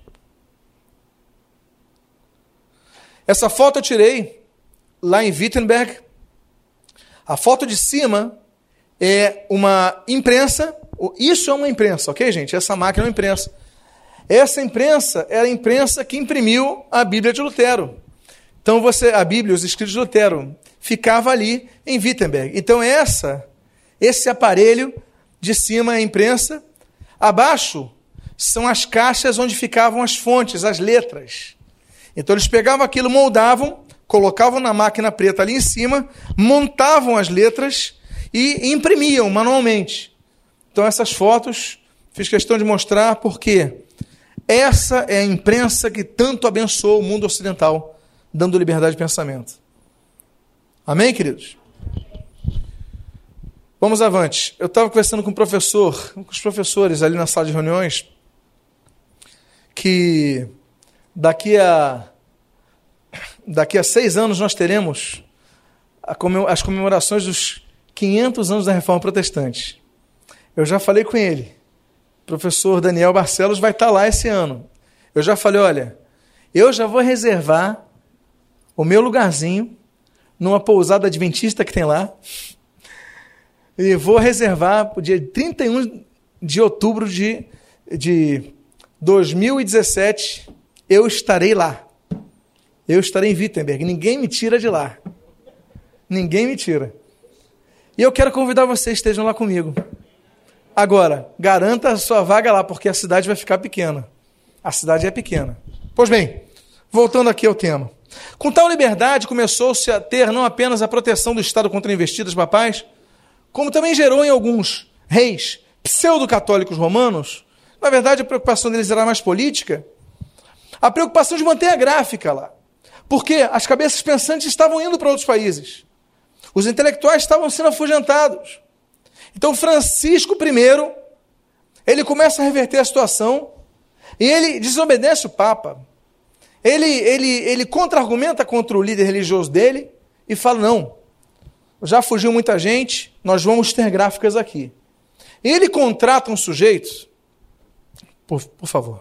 Essa foto eu tirei lá em Wittenberg. A foto de cima é uma imprensa. Isso é uma imprensa, ok, gente? Essa máquina é uma imprensa. Essa imprensa era a imprensa que imprimiu a Bíblia de Lutero. Então, você, a Bíblia, os escritos de Lutero, ficava ali em Wittenberg. Então, essa, esse aparelho de cima é a imprensa. Abaixo são as caixas onde ficavam as fontes, as letras. Então, eles pegavam aquilo, moldavam, colocavam na máquina preta ali em cima, montavam as letras e imprimiam manualmente. Então, essas fotos, fiz questão de mostrar porque essa é a imprensa que tanto abençoou o mundo ocidental, dando liberdade de pensamento. Amém, queridos? Vamos avante. Eu estava conversando com um professor, com os professores ali na sala de reuniões, que daqui a, daqui a seis anos nós teremos a comem- as comemorações dos quinhentos anos da Reforma Protestante. Eu já falei com ele. O professor Daniel Barcelos vai estar lá esse ano. Eu já falei, olha, eu já vou reservar o meu lugarzinho numa pousada adventista que tem lá e vou reservar para o dia trinta e um de outubro de, de dois mil e dezessete. Eu estarei lá. Eu estarei em Wittenberg. Ninguém me tira de lá. Ninguém me tira. E eu quero convidar vocês, estejam lá comigo. Agora, garanta a sua vaga lá, porque a cidade vai ficar pequena. A cidade é pequena. Pois bem, voltando aqui ao tema. Com tal liberdade, começou-se a ter não apenas a proteção do Estado contra investidas papais, como também gerou em alguns reis pseudo-católicos romanos, na verdade a preocupação deles era mais política, a preocupação de manter a gráfica lá. Porque as cabeças pensantes estavam indo para outros países. Os intelectuais estavam sendo afugentados. Então Francisco I, ele começa a reverter a situação e ele desobedece o Papa. Ele, ele, ele contra-argumenta contra o líder religioso dele e fala, não, já fugiu muita gente, nós vamos ter gráficas aqui. E ele contrata um sujeito, por, por favor,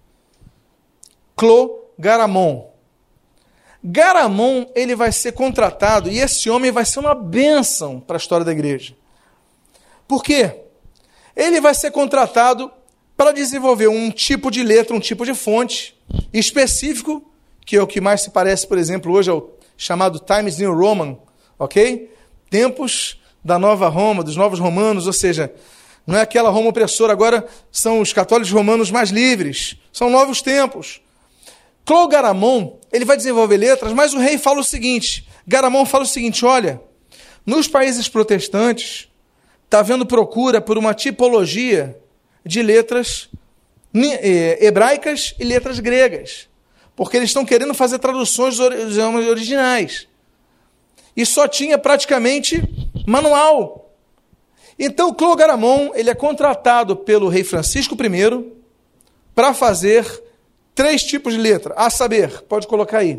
Clos Garamond. Garamond, ele vai ser contratado e esse homem vai ser uma bênção para a história da igreja. Por quê? Ele vai ser contratado para desenvolver um tipo de letra, um tipo de fonte específico, que é o que mais se parece, por exemplo, hoje ao chamado Times New Roman, ok? Tempos da nova Roma, dos novos romanos, ou seja, não é aquela Roma opressora, agora são os católicos romanos mais livres, são novos tempos. Clos Garamond, ele vai desenvolver letras, mas o rei fala o seguinte, Garamond fala o seguinte, olha, nos países protestantes, está havendo procura por uma tipologia de letras hebraicas e letras gregas, porque eles estão querendo fazer traduções dos idiomas originais. E só tinha praticamente manual. Então, Clos Garamond, ele é contratado pelo rei Francisco I para fazer três tipos de letra, a saber, pode colocar aí.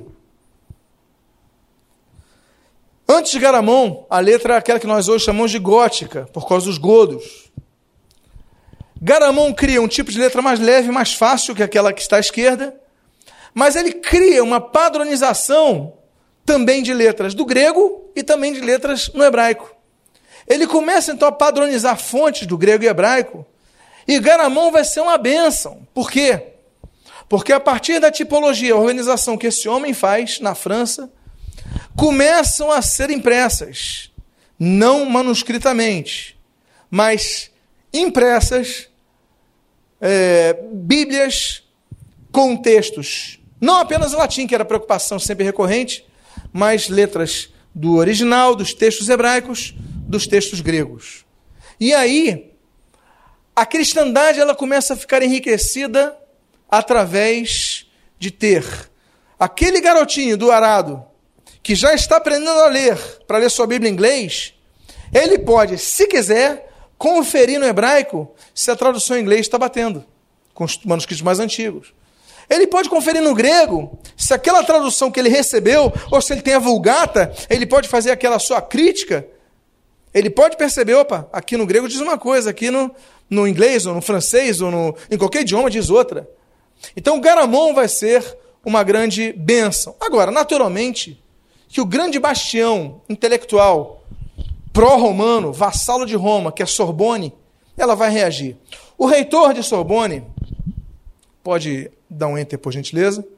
Antes de Garamond, a letra é aquela que nós hoje chamamos de gótica, por causa dos godos. Garamond cria um tipo de letra mais leve, mais fácil que aquela que está à esquerda, mas ele cria uma padronização também de letras do grego e também de letras no hebraico. Ele começa então a padronizar fontes do grego e hebraico, e Garamond vai ser uma bênção. Por quê? Porque a partir da tipologia, a organização que esse homem faz na França, começam a ser impressas, não manuscritamente, mas impressas, é, bíblias com textos, não apenas em latim, que era a preocupação sempre recorrente, mas letras do original, dos textos hebraicos, dos textos gregos. E aí, a cristandade ela começa a ficar enriquecida através de ter aquele garotinho do arado que já está aprendendo a ler, para ler sua Bíblia em inglês, ele pode, se quiser, conferir no hebraico se a tradução em inglês está batendo com os manuscritos mais antigos. Ele pode conferir no grego se aquela tradução que ele recebeu, ou se ele tem a Vulgata, ele pode fazer aquela sua crítica. Ele pode perceber, opa, aqui no grego diz uma coisa, aqui no, no inglês, ou no francês, ou no, em qualquer idioma diz outra. Então, Garamond vai ser uma grande bênção. Agora, naturalmente, que o grande bastião intelectual pró-romano, vassalo de Roma, que é Sorbonne, ela vai reagir. O reitor de Sorbonne, pode dar um enter, por gentileza.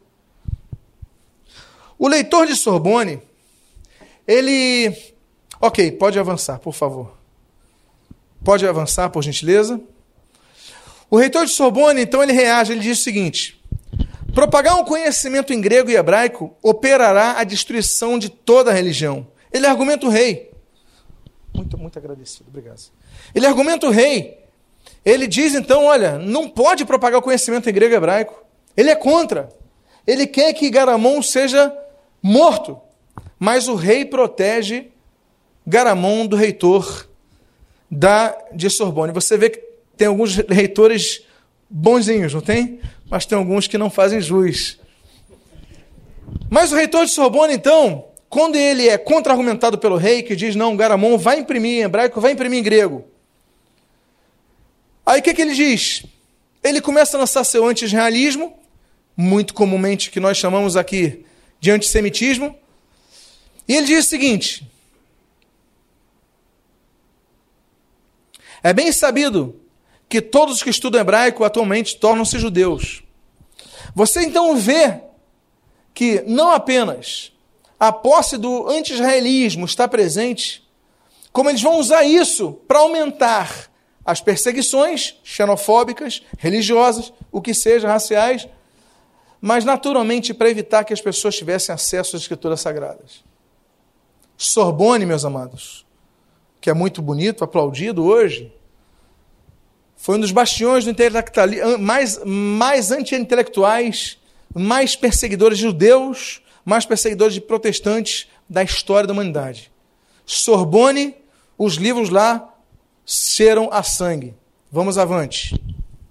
O leitor de Sorbonne, ele... Ok, pode avançar, por favor. Pode avançar, por gentileza. O reitor de Sorbonne, então, ele reage, ele diz o seguinte: propagar um conhecimento em grego e hebraico operará a destruição de toda a religião. Ele argumenta o rei. Muito, muito agradecido, obrigado. Ele argumenta o rei. Ele diz, então, olha, não pode propagar o conhecimento em grego e hebraico. Ele é contra. Ele quer que Garamond seja morto. Mas o rei protege Garamond do reitor da, de Sorbonne. Você vê que tem alguns reitores bonzinhos, não tem? Mas tem alguns que não fazem jus. Mas o reitor de Sorbonne, então, quando ele é contra-argumentado pelo rei, que diz, não, Garamond vai imprimir em hebraico, vai imprimir em grego. Aí o que, que ele diz? Ele começa a lançar seu anti-israelismo, muito comumente que nós chamamos aqui de antissemitismo, e ele diz o seguinte: é bem sabido que todos que estudam hebraico atualmente tornam-se judeus. Você então vê que não apenas a posse do anti-israelismo está presente, como eles vão usar isso para aumentar as perseguições xenofóbicas, religiosas, o que seja, raciais, mas naturalmente para evitar que as pessoas tivessem acesso às escrituras sagradas. Sorbonne, meus amados, que é muito bonito, aplaudido hoje, foi um dos bastiões do intelectualismo, mais, mais anti-intelectuais, mais perseguidores de judeus, mais perseguidores de protestantes da história da humanidade. Sorbonne, os livros lá cheiram a sangue. Vamos avante.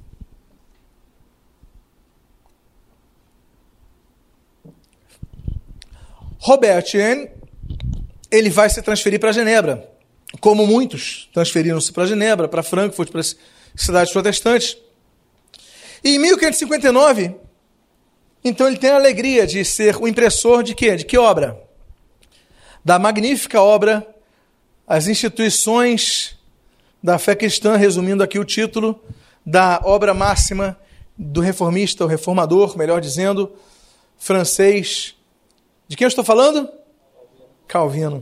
Robert Etienne, ele vai se transferir para Genebra, como muitos transferiram-se para Genebra, para Frankfurt, para cidades protestantes. E em mil quinhentos e cinquenta e nove, então ele tem a alegria de ser o impressor de quê? De que obra? Da magnífica obra As Instituições da Fé Cristã, resumindo aqui o título, da obra máxima do reformista, o reformador, melhor dizendo, francês. De quem eu estou falando? Calvino.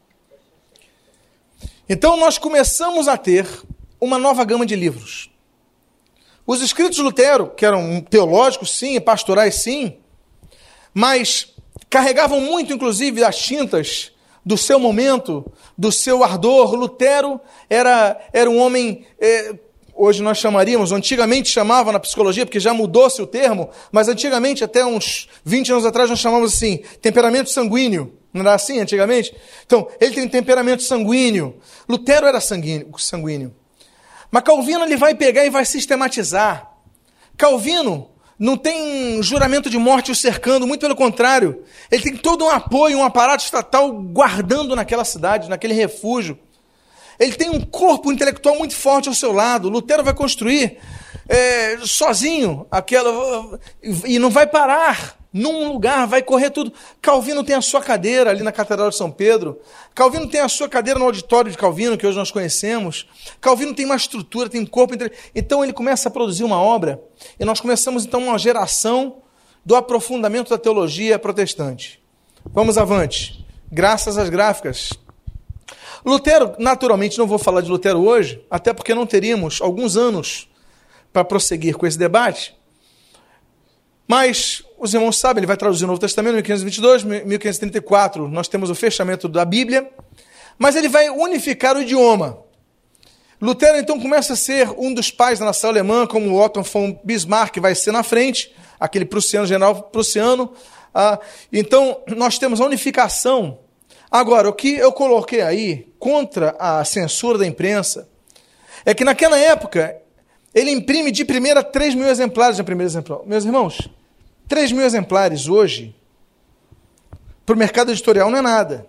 Então nós começamos a ter uma nova gama de livros. Os escritos de Lutero, que eram teológicos, sim, pastorais, sim, mas carregavam muito, inclusive, as tintas do seu momento, do seu ardor. Lutero era, era um homem, é, hoje nós chamaríamos, antigamente chamava na psicologia, porque já mudou-se o termo, mas antigamente, até uns vinte anos atrás, nós chamávamos assim, temperamento sanguíneo. Não era assim antigamente? Então, ele tem temperamento sanguíneo. Lutero era sanguíneo. sanguíneo. Mas Calvino ele vai pegar e vai sistematizar. Calvino não tem juramento de morte o cercando, muito pelo contrário. Ele tem todo um apoio, um aparato estatal guardando naquela cidade, naquele refúgio. Ele tem um corpo intelectual muito forte ao seu lado. Lutero vai construir é, sozinho aquela... E não vai parar num lugar vai correr tudo. Calvino tem a sua cadeira ali na Catedral de São Pedro. Calvino tem a sua cadeira no auditório de Calvino, que hoje nós conhecemos. Calvino tem uma estrutura, tem um corpo. Então ele começa a produzir uma obra e nós começamos então uma geração do aprofundamento da teologia protestante. Vamos avante. Graças às gráficas. Lutero, naturalmente, não vou falar de Lutero hoje, até porque não teríamos alguns anos para prosseguir com esse debate. Mas os irmãos sabem, ele vai traduzir o Novo Testamento, mil quinhentos e vinte e dois, mil quinhentos e trinta e quatro, nós temos o fechamento da Bíblia, mas ele vai unificar o idioma. Lutero, então, começa a ser um dos pais da nação alemã, como o Otto von Bismarck vai ser na frente, aquele prussiano, general prussiano. Ah, então, nós temos a unificação. Agora, o que eu coloquei aí, contra a censura da imprensa, é que naquela época, ele imprime de primeira três mil exemplares na primeira exemplar. Meus irmãos, três mil exemplares hoje, para o mercado editorial não é nada.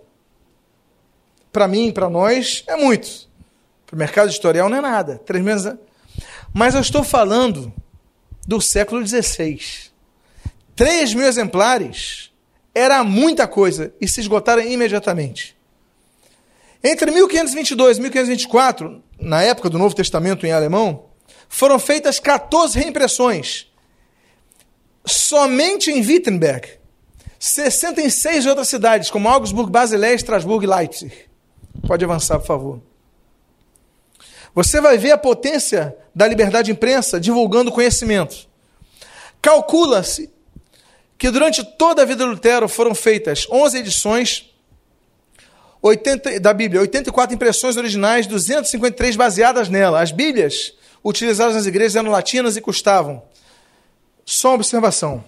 Para mim, para nós, é muito. Para o mercado editorial não é nada. três mil exemplares. Mas eu estou falando do século dezesseis. três mil exemplares era muita coisa e se esgotaram imediatamente. Entre mil quinhentos e vinte e dois e mil quinhentos e vinte e quatro, na época do Novo Testamento em alemão, foram feitas quatorze reimpressões. Somente em Wittenberg. sessenta e seis em outras cidades, como Augsburg, Basileia, Estrasburgo e Leipzig. Pode avançar, por favor. Você vai ver a potência da liberdade de imprensa divulgando conhecimento. Calcula-se que durante toda a vida de Lutero foram feitas onze edições oitenta, da Bíblia, oitenta e quatro impressões originais, duzentas e cinquenta e três baseadas nela. As Bíblias utilizadas nas igrejas eram latinas e custavam. Só uma observação.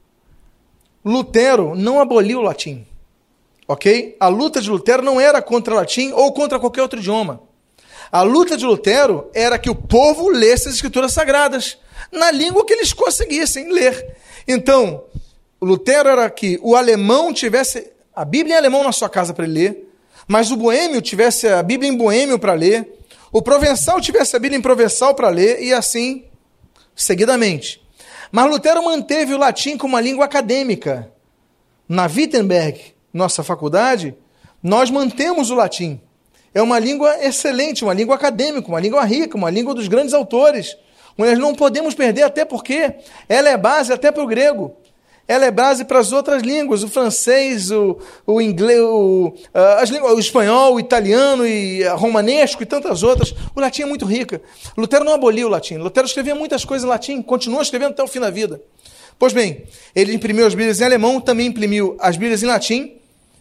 Lutero não aboliu o latim. Ok? A luta de Lutero não era contra o latim ou contra qualquer outro idioma. A luta de Lutero era que o povo lesse as escrituras sagradas na língua que eles conseguissem ler. Então, o Lutero era que o alemão tivesse a Bíblia em alemão na sua casa para ele ler, mas o boêmio tivesse a Bíblia em boêmio para ler, o provençal tivesse a Bíblia em provençal para ler, e assim, seguidamente. Mas Lutero manteve o latim como uma língua acadêmica. Na Wittenberg, nossa faculdade, nós mantemos o latim. É uma língua excelente, uma língua acadêmica, uma língua rica, uma língua dos grandes autores. Nós não podemos perder, até porque ela é base até para o grego. Ela é base para as outras línguas, o francês, o, o inglês, o, as línguas, o espanhol, o italiano, e romanesco e tantas outras. O latim é muito rica. Lutero não aboliu o latim. Lutero escrevia muitas coisas em latim, continua escrevendo até o fim da vida. Pois bem, ele imprimiu as Bíblias em alemão, também imprimiu as Bíblias em latim.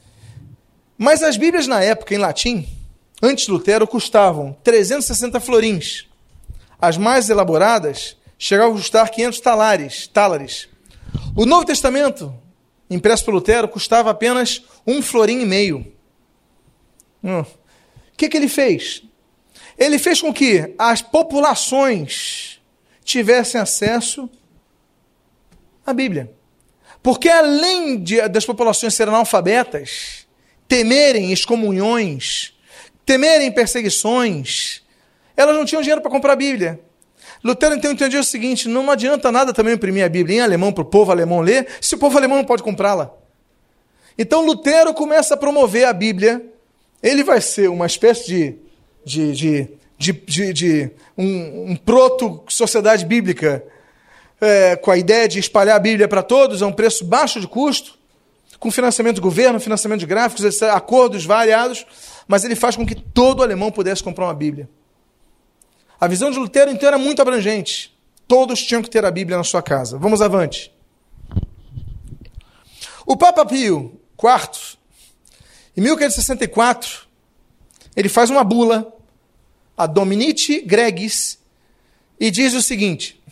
Mas as Bíblias na época em latim, antes de Lutero, custavam trezentos e sessenta florins. As mais elaboradas chegavam a custar quinhentos talares. talares. O Novo Testamento, impresso por Lutero, custava apenas um florim e meio. Hum. O que, que ele fez? Ele fez com que as populações tivessem acesso à Bíblia. Porque além de, das populações serem analfabetas, temerem excomunhões, temerem perseguições, elas não tinham dinheiro para comprar a Bíblia. Lutero então entendia o seguinte: não, não adianta nada também imprimir a Bíblia em alemão para o povo alemão ler, se o povo alemão não pode comprá-la. Então Lutero começa a promover a Bíblia. Ele vai ser uma espécie de, de, de, de, de, de um, um proto-sociedade bíblica, é, com a ideia de espalhar a Bíblia para todos a um preço baixo de custo, com financiamento do governo, financiamento de gráficos, etcétera, acordos variados, mas ele faz com que todo alemão pudesse comprar uma Bíblia. A visão de Lutero, então, era muito abrangente. Todos tinham que ter a Bíblia na sua casa. Vamos avante. O Papa Pio quarto, em mil quinhentos e sessenta e quatro, ele faz uma bula, a Dominici Gregis, e diz o seguinte: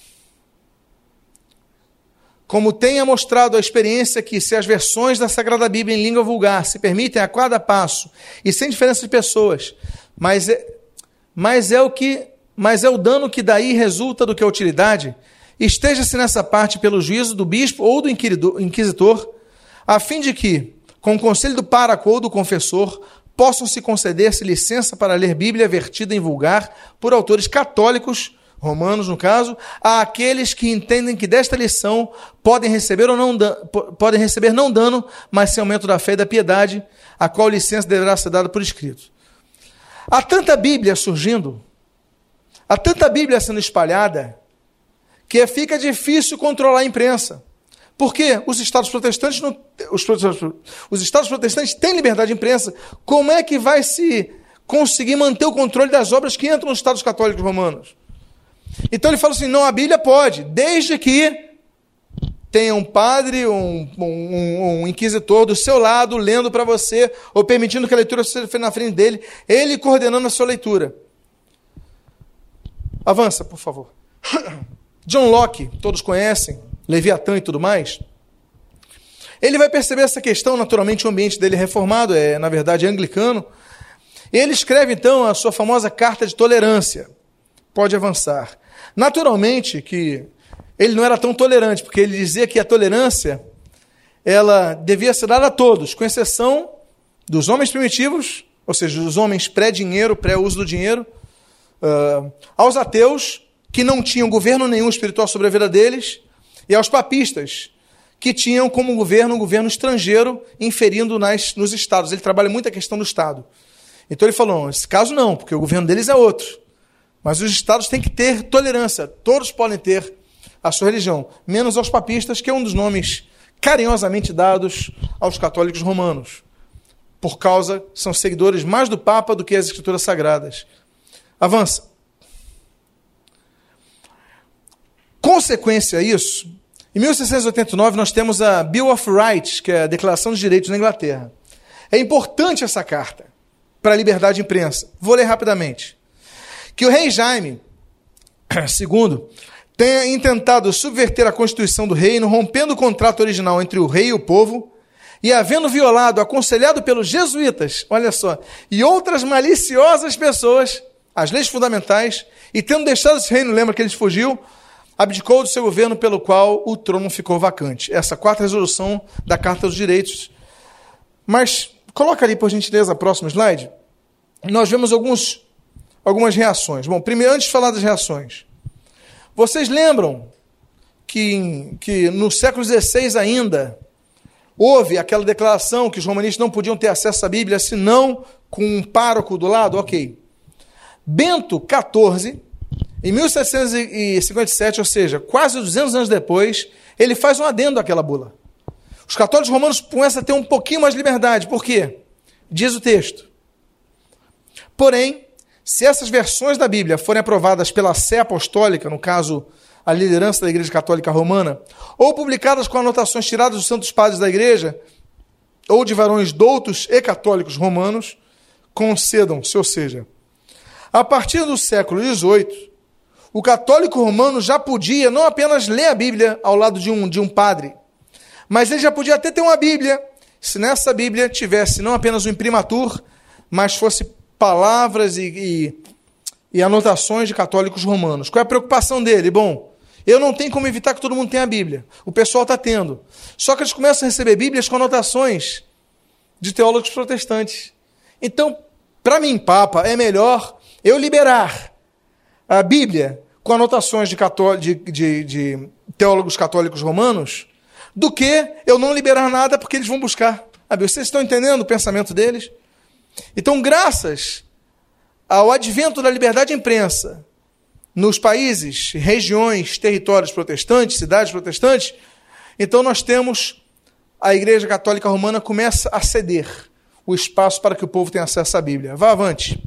como tenha mostrado a experiência que, se as versões da Sagrada Bíblia em língua vulgar se permitem a cada passo e sem diferença de pessoas, mas é, mas é o que... mas é o dano que daí resulta do que a utilidade, esteja-se nessa parte pelo juízo do bispo ou do inquisitor, a fim de que, com o conselho do pároco ou do confessor, possam se conceder-se licença para ler Bíblia vertida em vulgar por autores católicos Romanos, no caso, há aqueles que entendem que desta lição podem receber ou não da, podem receber não dano, mas sem aumento da fé e da piedade, a qual licença deverá ser dada por escrito. Há tanta Bíblia surgindo, há tanta Bíblia sendo espalhada, que fica difícil controlar a imprensa. Porque os estados protestantes não, os, os estados protestantes têm liberdade de imprensa. Como é que vai se conseguir manter o controle das obras que entram nos estados católicos romanos? Então ele fala assim, não, a Bíblia pode, desde que tenha um padre, um, um, um inquisitor do seu lado, lendo para você, ou permitindo que a leitura seja feita na frente dele, ele coordenando a sua leitura. Avança, por favor. John Locke, todos conhecem, Leviatã e tudo mais. Ele vai perceber essa questão, naturalmente o ambiente dele é reformado, é na verdade anglicano. Ele escreve então a sua famosa Carta de Tolerância. Pode avançar. Naturalmente que ele não era tão tolerante, porque ele dizia que a tolerância ela devia ser dada a todos, com exceção dos homens primitivos, ou seja, dos homens pré-dinheiro, pré-uso do dinheiro, uh, aos ateus, que não tinham governo nenhum espiritual sobre a vida deles, e aos papistas, que tinham como governo um governo estrangeiro inferindo nas, nos estados. Ele trabalha muito a questão do Estado. Então ele falou, nesse caso não, porque o governo deles é outro. Mas os estados têm que ter tolerância. Todos podem ter a sua religião, menos aos papistas, que é um dos nomes carinhosamente dados aos católicos romanos. Por causa, são seguidores mais do Papa do que as Escrituras Sagradas. Avança. Consequência a isso, em mil seiscentos e oitenta e nove nós temos a Bill of Rights, que é a Declaração dos Direitos na Inglaterra. É importante essa carta para a liberdade de imprensa. Vou ler rapidamente. Que o rei Jaime segundo tenha intentado subverter a constituição do reino, rompendo o contrato original entre o rei e o povo, e havendo violado, aconselhado pelos jesuítas, olha só, e outras maliciosas pessoas, as leis fundamentais, e tendo deixado esse reino, lembra que ele fugiu, abdicou do seu governo pelo qual o trono ficou vacante. Essa quarta resolução da Carta dos Direitos. Mas, coloca ali, por gentileza, a próximo slide. Nós vemos alguns, algumas reações. Bom, primeiro, antes de falar das reações, vocês lembram que, que no século dezesseis ainda houve aquela declaração que os romanistas não podiam ter acesso à Bíblia senão com um pároco do lado? Ok. Bento quatorze, em mil setecentos e cinquenta e sete, ou seja, quase duzentos anos depois, ele faz um adendo àquela bula. Os católicos romanos começam a ter um pouquinho mais de liberdade. Por quê? Diz o texto. Porém, se essas versões da Bíblia forem aprovadas pela Sé Apostólica, no caso, a liderança da Igreja Católica Romana, ou publicadas com anotações tiradas dos santos padres da Igreja, ou de varões doutos e católicos romanos, concedam-se, ou seja, a partir do século dezoito, o católico romano já podia não apenas ler a Bíblia ao lado de um, de um padre, mas ele já podia até ter uma Bíblia, se nessa Bíblia tivesse não apenas o imprimatur, mas fosse palavras e, e, e anotações de católicos romanos. Qual é a preocupação dele? Bom, eu não tenho como evitar que todo mundo tenha a Bíblia. O pessoal está tendo. Só que eles começam a receber Bíblias com anotações de teólogos protestantes. Então, para mim, Papa, é melhor eu liberar a Bíblia com anotações de, cató- de, de, de teólogos católicos romanos do que eu não liberar nada porque eles vão buscar a Bíblia. Vocês estão entendendo o pensamento deles? Então, graças ao advento da liberdade de imprensa nos países, regiões, territórios protestantes, cidades protestantes, então nós temos a Igreja Católica Romana começa a ceder o espaço para que o povo tenha acesso à Bíblia. Vá avante.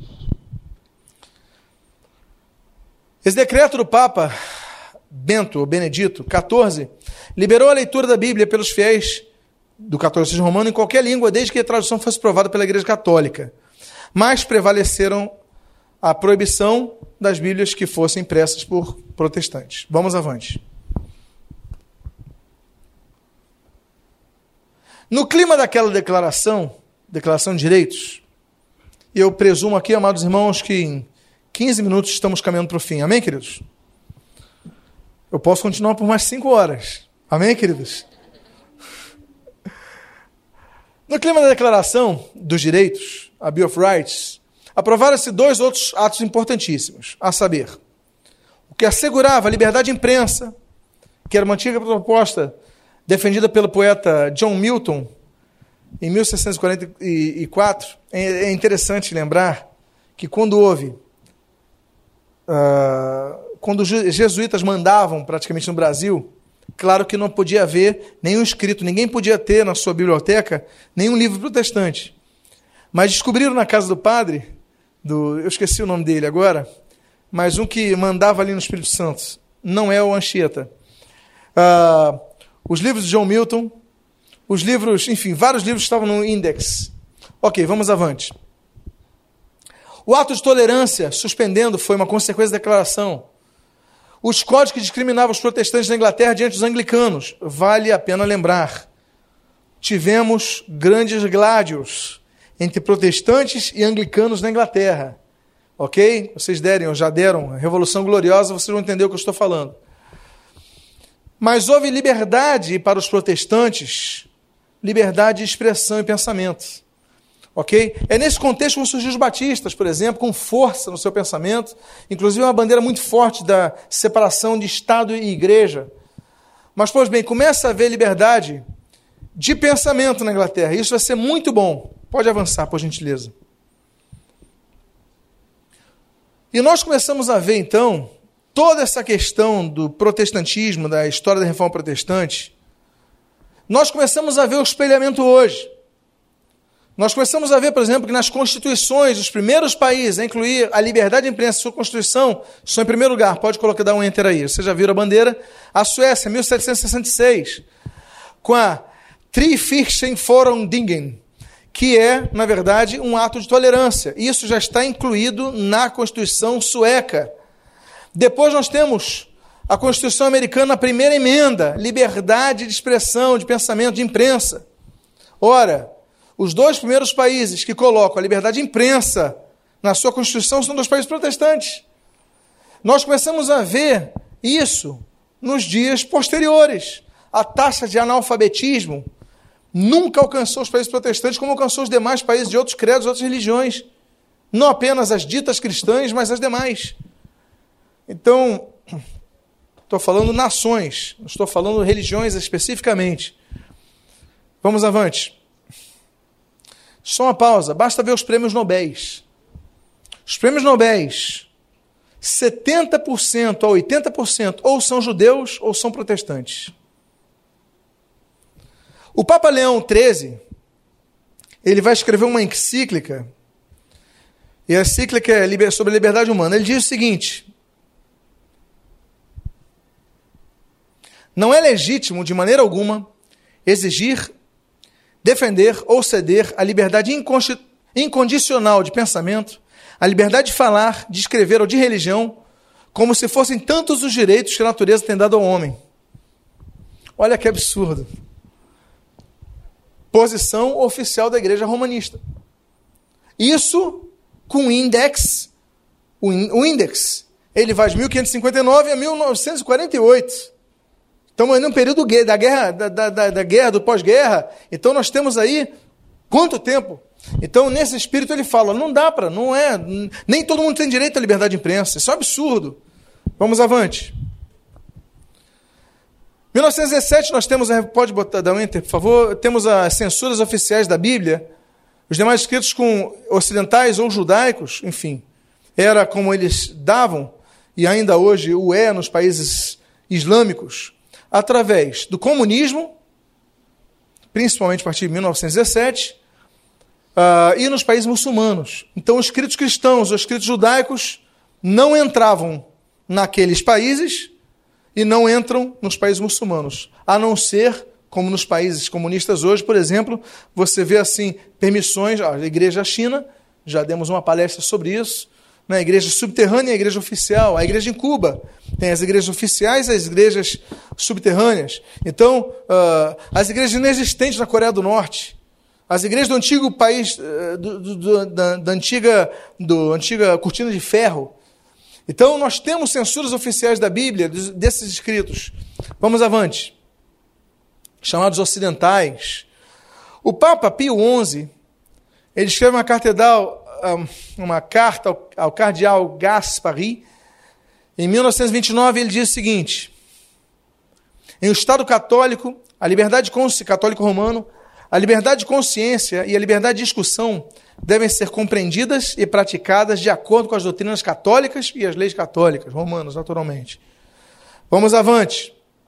Esse decreto do Papa Bento, ou Benedito, quatorze, liberou a leitura da Bíblia pelos fiéis do catolicismo romano em qualquer língua, desde que a tradução fosse aprovada pela Igreja Católica. Mas prevaleceram a proibição das Bíblias que fossem impressas por protestantes. Vamos avante. No clima daquela declaração, declaração de direitos, e eu presumo aqui, amados irmãos, que em quinze minutos estamos caminhando para o fim. Amém, queridos? Eu posso continuar por mais cinco horas. Amém, queridos? No clima da declaração dos direitos, a Bill of Rights, aprovaram-se dois outros atos importantíssimos, a saber, o que assegurava a liberdade de imprensa, que era uma antiga proposta defendida pelo poeta John Milton, em mil seiscentos e quarenta e quatro. É interessante lembrar que quando houve, uh, quando os jesuítas mandavam praticamente no Brasil, claro que não podia haver nenhum escrito, ninguém podia ter na sua biblioteca nenhum livro protestante. Mas descobriram na casa do padre, do, eu esqueci o nome dele agora, mas um que mandava ali no Espírito Santo, não é o Anchieta. Uh, os livros de John Milton, os livros, enfim, vários livros estavam no Index. Ok, vamos avante. O ato de tolerância, suspendendo, foi uma consequência da declaração. Os códigos que discriminavam os protestantes na Inglaterra diante dos anglicanos, vale a pena lembrar. Tivemos grandes gládios entre protestantes e anglicanos na Inglaterra. Ok? Vocês derem, ou já deram, a Revolução Gloriosa, vocês vão entender o que eu estou falando. Mas houve liberdade para os protestantes, liberdade de expressão e pensamento. Ok? É nesse contexto que surgiu os batistas, por exemplo, com força no seu pensamento, inclusive uma bandeira muito forte da separação de Estado e Igreja. Mas, pois bem, começa a haver liberdade de pensamento na Inglaterra. Isso vai ser muito bom. Pode avançar, por gentileza. E nós começamos a ver, então, toda essa questão do protestantismo, da história da Reforma Protestante. Nós começamos a ver o espelhamento hoje. Nós começamos a ver, por exemplo, que nas constituições dos primeiros países a incluir a liberdade de imprensa em sua Constituição, são em primeiro lugar, pode colocar, dar um enter aí, vocês já viram a bandeira, a Suécia, mil setecentos e sessenta e seis, com a Trefirstenforordningen, que é, na verdade, um ato de tolerância. Isso já está incluído na Constituição sueca. Depois nós temos a Constituição americana, a primeira emenda, liberdade de expressão, de pensamento, de imprensa. Ora, os dois primeiros países que colocam a liberdade de imprensa na sua Constituição são dois países protestantes. Nós começamos a ver isso nos dias posteriores. A taxa de analfabetismo nunca alcançou os países protestantes como alcançou os demais países de outros credos, outras religiões. Não apenas as ditas cristãs, mas as demais. Então, estou falando nações, não estou falando religiões especificamente. Vamos avante. Só uma pausa, basta ver os prêmios Nobéis. Os prêmios Nobéis, setenta por cento a oitenta por cento ou são judeus ou são protestantes. O Papa Leão treze, ele vai escrever uma encíclica, e a encíclica é sobre a liberdade humana. Ele diz o seguinte: não é legítimo, de maneira alguma, exigir, defender ou ceder a liberdade incondicional de pensamento, a liberdade de falar, de escrever ou de religião, como se fossem tantos os direitos que a natureza tem dado ao homem. Olha que absurdo. Posição oficial da Igreja Romanista. Isso com o index, o, in, o index, ele vai de mil quinhentos e cinquenta e nove a mil novecentos e quarenta e oito. Estamos aí num período da guerra, da, da, da guerra, do pós-guerra. Então nós temos aí quanto tempo? Então nesse espírito ele fala, não dá para, não é, nem todo mundo tem direito à liberdade de imprensa. Isso é um absurdo. Vamos avante. mil novecentos e dezessete nós temos, pode botar, dar um enter, por favor, temos as censuras oficiais da Bíblia, os demais escritos com ocidentais ou judaicos, enfim, era como eles davam, e ainda hoje o é nos países islâmicos, através do comunismo, principalmente a partir de mil novecentos e dezessete, uh, e nos países muçulmanos. Então, os escritos cristãos, os escritos judaicos, não entravam naqueles países e não entram nos países muçulmanos, a não ser, como nos países comunistas hoje, por exemplo, você vê assim, permissões, a igreja China, já demos uma palestra sobre isso, na igreja subterrânea e a igreja oficial, a igreja em Cuba, tem as igrejas oficiais e as igrejas subterrâneas. Então, uh, as igrejas inexistentes na Coreia do Norte, as igrejas do antigo país, uh, do, do, da, da antiga, do antiga cortina de ferro. Então, nós temos censuras oficiais da Bíblia, desses escritos. Vamos avante. Chamados ocidentais. O Papa Pio onze, ele escreve uma carta, uma carta ao, ao cardeal Gaspari, Em mil novecentos e vinte e nove, ele diz o seguinte: em um Estado católico, a liberdade católico romano, a liberdade de consciência e a liberdade de discussão devem ser compreendidas e praticadas de acordo com as doutrinas católicas e as leis católicas, romanas, naturalmente. Vamos avante.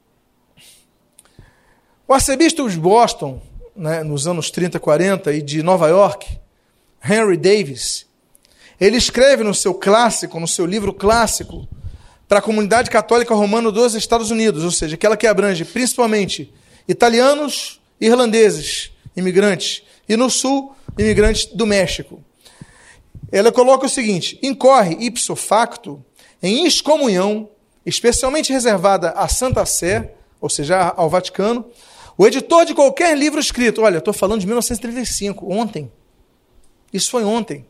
O arcebispo de Boston, né, nos anos trinta, quarenta, e de Nova York, Henry Davis, ele escreve no seu clássico, no seu livro clássico, para a comunidade católica romana dos Estados Unidos, ou seja, aquela que abrange principalmente italianos e irlandeses, imigrantes, e no sul, imigrantes do México. Ela coloca o seguinte: incorre ipso facto em excomunhão, especialmente reservada à Santa Sé, ou seja, ao Vaticano, o editor de qualquer livro escrito. Olha, estou falando de mil novecentos e trinta e cinco, ontem. Isso foi ontem.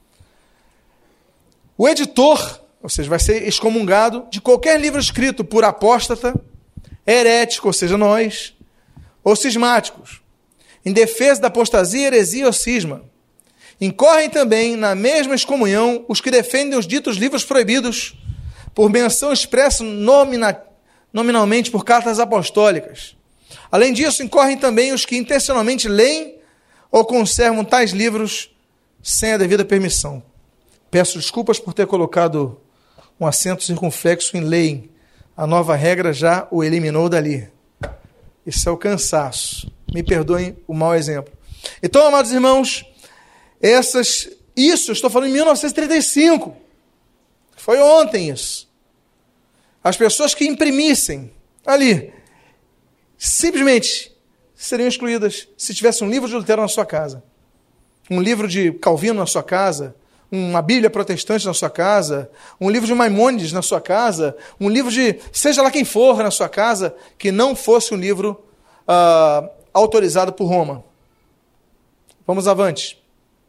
O editor, ou seja, vai ser excomungado de qualquer livro escrito por apóstata, herético, ou seja, nós, ou cismáticos, em defesa da apostasia, heresia ou cisma. Incorrem também na mesma excomunhão os que defendem os ditos livros proibidos por menção expressa nomina, nominalmente por cartas apostólicas. Além disso, incorrem também os que intencionalmente leem ou conservam tais livros sem a devida permissão. Peço desculpas por ter colocado um acento circunflexo em leem. A nova regra já o eliminou dali. Isso é o cansaço. Me perdoem o mau exemplo. Então, amados irmãos, essas, isso eu estou falando em mil novecentos e trinta e cinco. Foi ontem isso. As pessoas que imprimissem ali, simplesmente seriam excluídas se tivesse um livro de Lutero na sua casa, um livro de Calvino na sua casa, uma Bíblia protestante na sua casa, um livro de Maimônides na sua casa, um livro de seja lá quem for na sua casa, que não fosse um livro uh, autorizado por Roma. Vamos avante.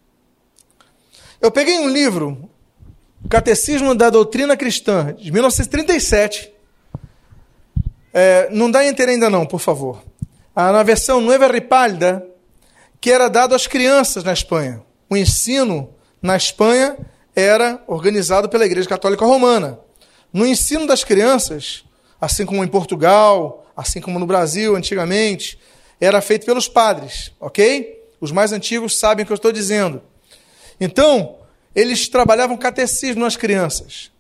Eu peguei um livro, Catecismo da Doutrina Cristã, de mil novecentos e trinta e sete. É, não dá a entender ainda não, por favor. Ah, na versão Nueva Ripalda, que era dado às crianças na Espanha. O ensino na Espanha era organizado pela Igreja Católica Romana. No ensino das crianças, assim como em Portugal, assim como no Brasil antigamente, era feito pelos padres, ok? Os mais antigos sabem o que eu estou dizendo. Então, eles trabalhavam catecismo nas crianças.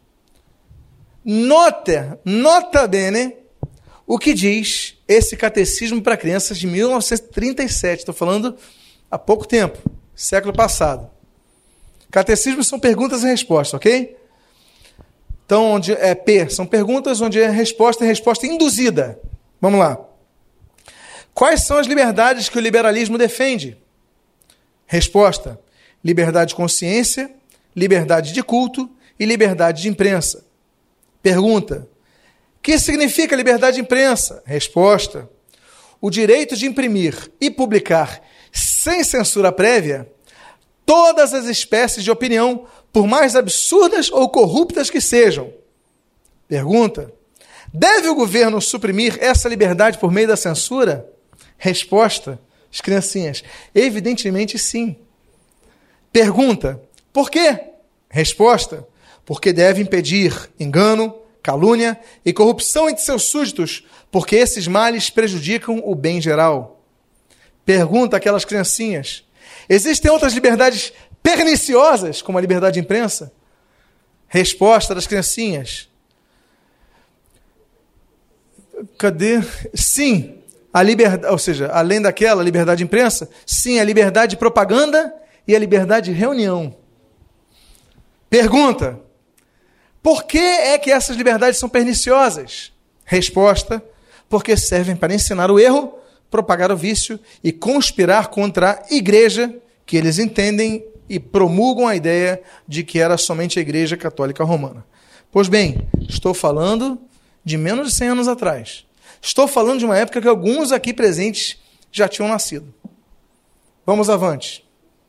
Nota, nota bene, o que diz esse catecismo para crianças de mil novecentos e trinta e sete. Estou falando há pouco tempo, século passado. Catecismos são perguntas e respostas, ok? Então, onde é P, são perguntas onde é resposta e resposta induzida. Vamos lá. Quais são as liberdades que o liberalismo defende? Resposta: liberdade de consciência, liberdade de culto e liberdade de imprensa. Pergunta: o que significa liberdade de imprensa? Resposta: o direito de imprimir e publicar sem censura prévia todas as espécies de opinião, por mais absurdas ou corruptas que sejam. Pergunta: deve o governo suprimir essa liberdade por meio da censura? Resposta: as criancinhas, evidentemente sim. Pergunta: por quê? Resposta: porque deve impedir engano, calúnia e corrupção entre seus súditos, porque esses males prejudicam o bem geral. Pergunta aquelas criancinhas: existem outras liberdades perniciosas, como a liberdade de imprensa? Resposta das criancinhas: cadê? Sim, a liberdade, ou seja, além daquela liberdade de imprensa, sim, a liberdade de propaganda e a liberdade de reunião. Pergunta: por que é que essas liberdades são perniciosas? Resposta: porque servem para ensinar o erro, propagar o vício e conspirar contra a igreja, que eles entendem e promulgam a ideia de que era somente a Igreja Católica Romana. Pois bem, estou falando de menos de cem anos atrás. Estou falando de uma época que alguns aqui presentes já tinham nascido. Vamos avante.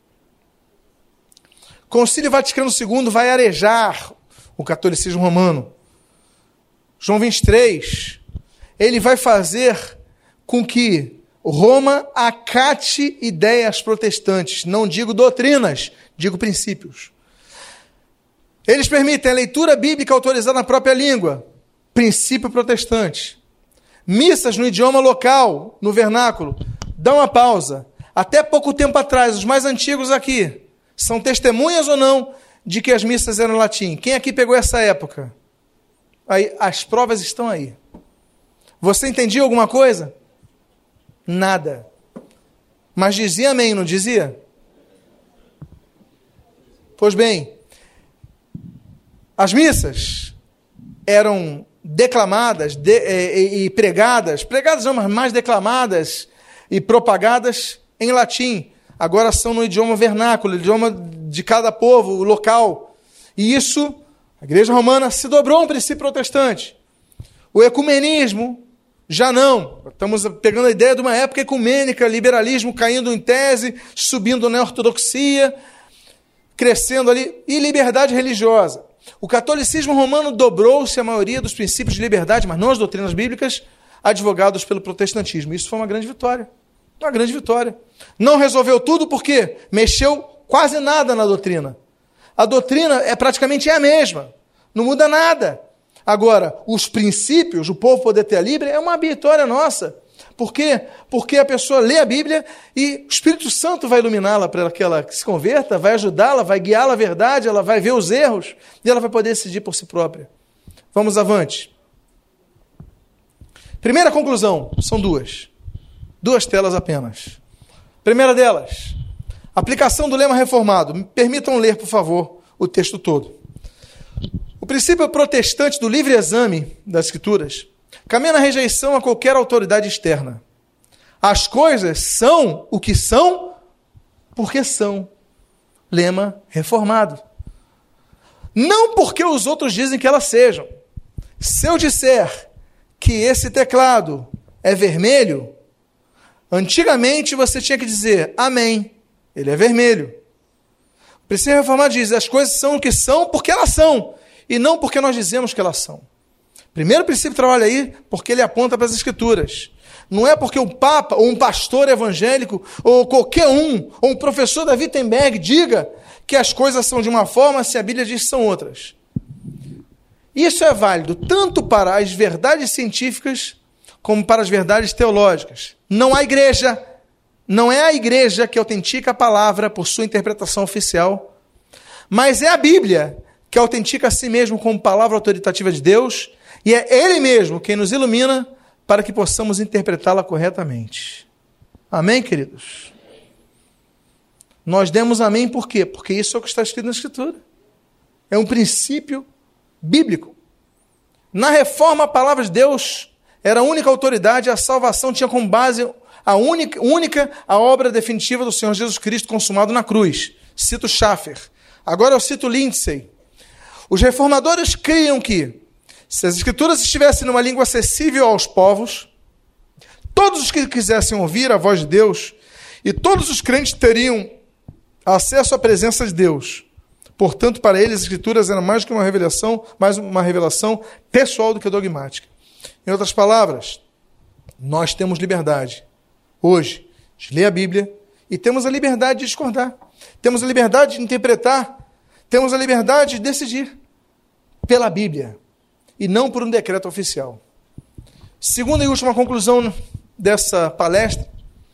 Concílio Vaticano segundo vai arejar o catolicismo romano. João vinte e três, ele vai fazer com que Roma acate ideias protestantes. Não digo doutrinas, digo princípios. Eles permitem a leitura bíblica autorizada na própria língua, princípio protestante. Missas no idioma local, no vernáculo. Dá uma pausa. Até pouco tempo atrás, os mais antigos aqui, são testemunhas ou não de que as missas eram em latim? Quem aqui pegou essa época? Aí, as provas estão aí. Você entendia alguma coisa? Nada. Mas dizia amém, não dizia? Pois bem, as missas eram declamadas de, e, e pregadas, pregadas não, mas mais declamadas e propagadas em latim. Agora são no idioma vernáculo, idioma de cada povo, local. E isso, a Igreja Romana se dobrou a um princípio protestante. O ecumenismo, já não. Estamos pegando a ideia de uma época ecumênica, liberalismo caindo em tese, subindo na ortodoxia, crescendo ali, e liberdade religiosa. O catolicismo romano dobrou-se a maioria dos princípios de liberdade, mas não as doutrinas bíblicas, advogados pelo protestantismo. Isso foi uma grande vitória. Uma grande vitória. Não resolveu tudo porque mexeu quase nada na doutrina. A doutrina é praticamente a mesma. Não muda nada. Agora, os princípios, o povo poder ter a Bíblia, é uma vitória nossa. Por quê? Porque a pessoa lê a Bíblia e o Espírito Santo vai iluminá-la para que ela se converta, vai ajudá-la, vai guiá-la à verdade, ela vai ver os erros e ela vai poder decidir por si própria. Vamos avante. Primeira conclusão, são duas. Duas telas apenas. Primeira delas, aplicação do lema reformado. Me permitam ler, por favor, o texto todo. O princípio protestante do livre exame das Escrituras caminha na rejeição a qualquer autoridade externa. As coisas são o que são porque são. Lema reformado. Não porque os outros dizem que elas sejam. Se eu disser que esse teclado é vermelho, antigamente você tinha que dizer amém, ele é vermelho. O princípio reformado diz, as coisas são o que são porque elas são, e não porque nós dizemos que elas são. Primeiro princípio trabalha aí porque ele aponta para as Escrituras. Não é porque o Papa, ou um pastor evangélico, ou qualquer um, ou um professor da Wittenberg diga que as coisas são de uma forma se a Bíblia diz que são outras. Isso é válido tanto para as verdades científicas como para as verdades teológicas. Não há igreja, não é a igreja que autentica a palavra por sua interpretação oficial, mas é a Bíblia que autentica a si mesmo como palavra autoritativa de Deus, e é Ele mesmo quem nos ilumina para que possamos interpretá-la corretamente. Amém, queridos? Nós demos amém por quê? Porque isso é o que está escrito na Escritura. É um princípio bíblico. Na reforma, a palavra de Deus era a única autoridade, a salvação tinha como base a única, única a obra definitiva do Senhor Jesus Cristo consumado na cruz. Cito Schaffer. Agora eu cito Lindsay. Os reformadores criam que, se as Escrituras estivessem numa língua acessível aos povos, todos os que quisessem ouvir a voz de Deus, e todos os crentes teriam acesso à presença de Deus. Portanto, para eles, as Escrituras eram mais do que uma revelação, mais uma revelação pessoal do que dogmática. Em outras palavras, nós temos liberdade, hoje, de ler a Bíblia, e temos a liberdade de discordar. Temos a liberdade de interpretar. Temos a liberdade de decidir pela Bíblia e não por um decreto oficial. Segunda e última conclusão dessa palestra.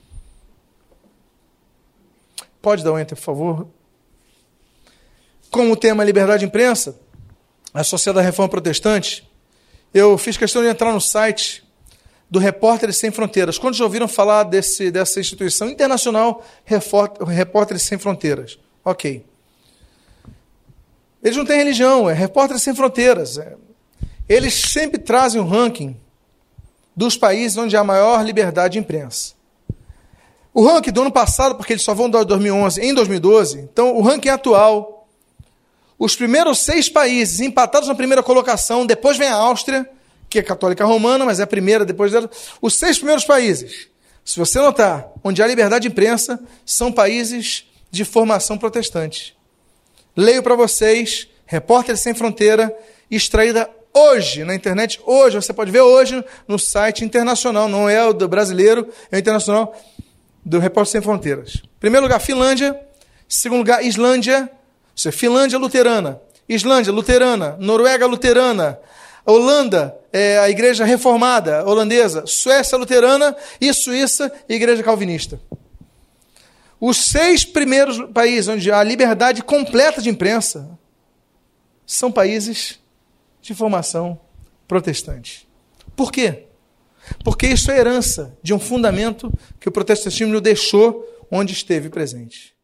Pode dar um enter, por favor. Como o tema é liberdade de imprensa, associada à Reforma Protestante, eu fiz questão de entrar no site do Repórteres Sem Fronteiras. Quantos já ouviram falar desse, dessa instituição internacional, Repórteres Sem Fronteiras? Ok. Eles não têm religião, é Repórteres Sem Fronteiras. É. Eles sempre trazem um ranking dos países onde há maior liberdade de imprensa. O ranking do ano passado, porque eles só vão dar dois mil e onze, em dois mil e doze, então o ranking atual, os primeiros seis países empatados na primeira colocação, depois vem a Áustria, que é católica romana, mas é a primeira depois dela. Os seis primeiros países, se você notar, onde há liberdade de imprensa, são países de formação protestante. Leio para vocês, Repórteres Sem Fronteira, extraída hoje na internet, hoje, você pode ver hoje no site internacional, não é o do brasileiro, é o internacional do Repórteres Sem Fronteiras. Primeiro lugar, Finlândia. Segundo lugar, Islândia. Isso é Finlândia luterana. Islândia, luterana. Noruega, luterana. Holanda, é a igreja reformada holandesa. Suécia, luterana. E Suíça, igreja calvinista. Os seis primeiros países onde há liberdade completa de imprensa são países de formação protestante. Por quê? Porque isso é herança de um fundamento que o protestantismo deixou onde esteve presente.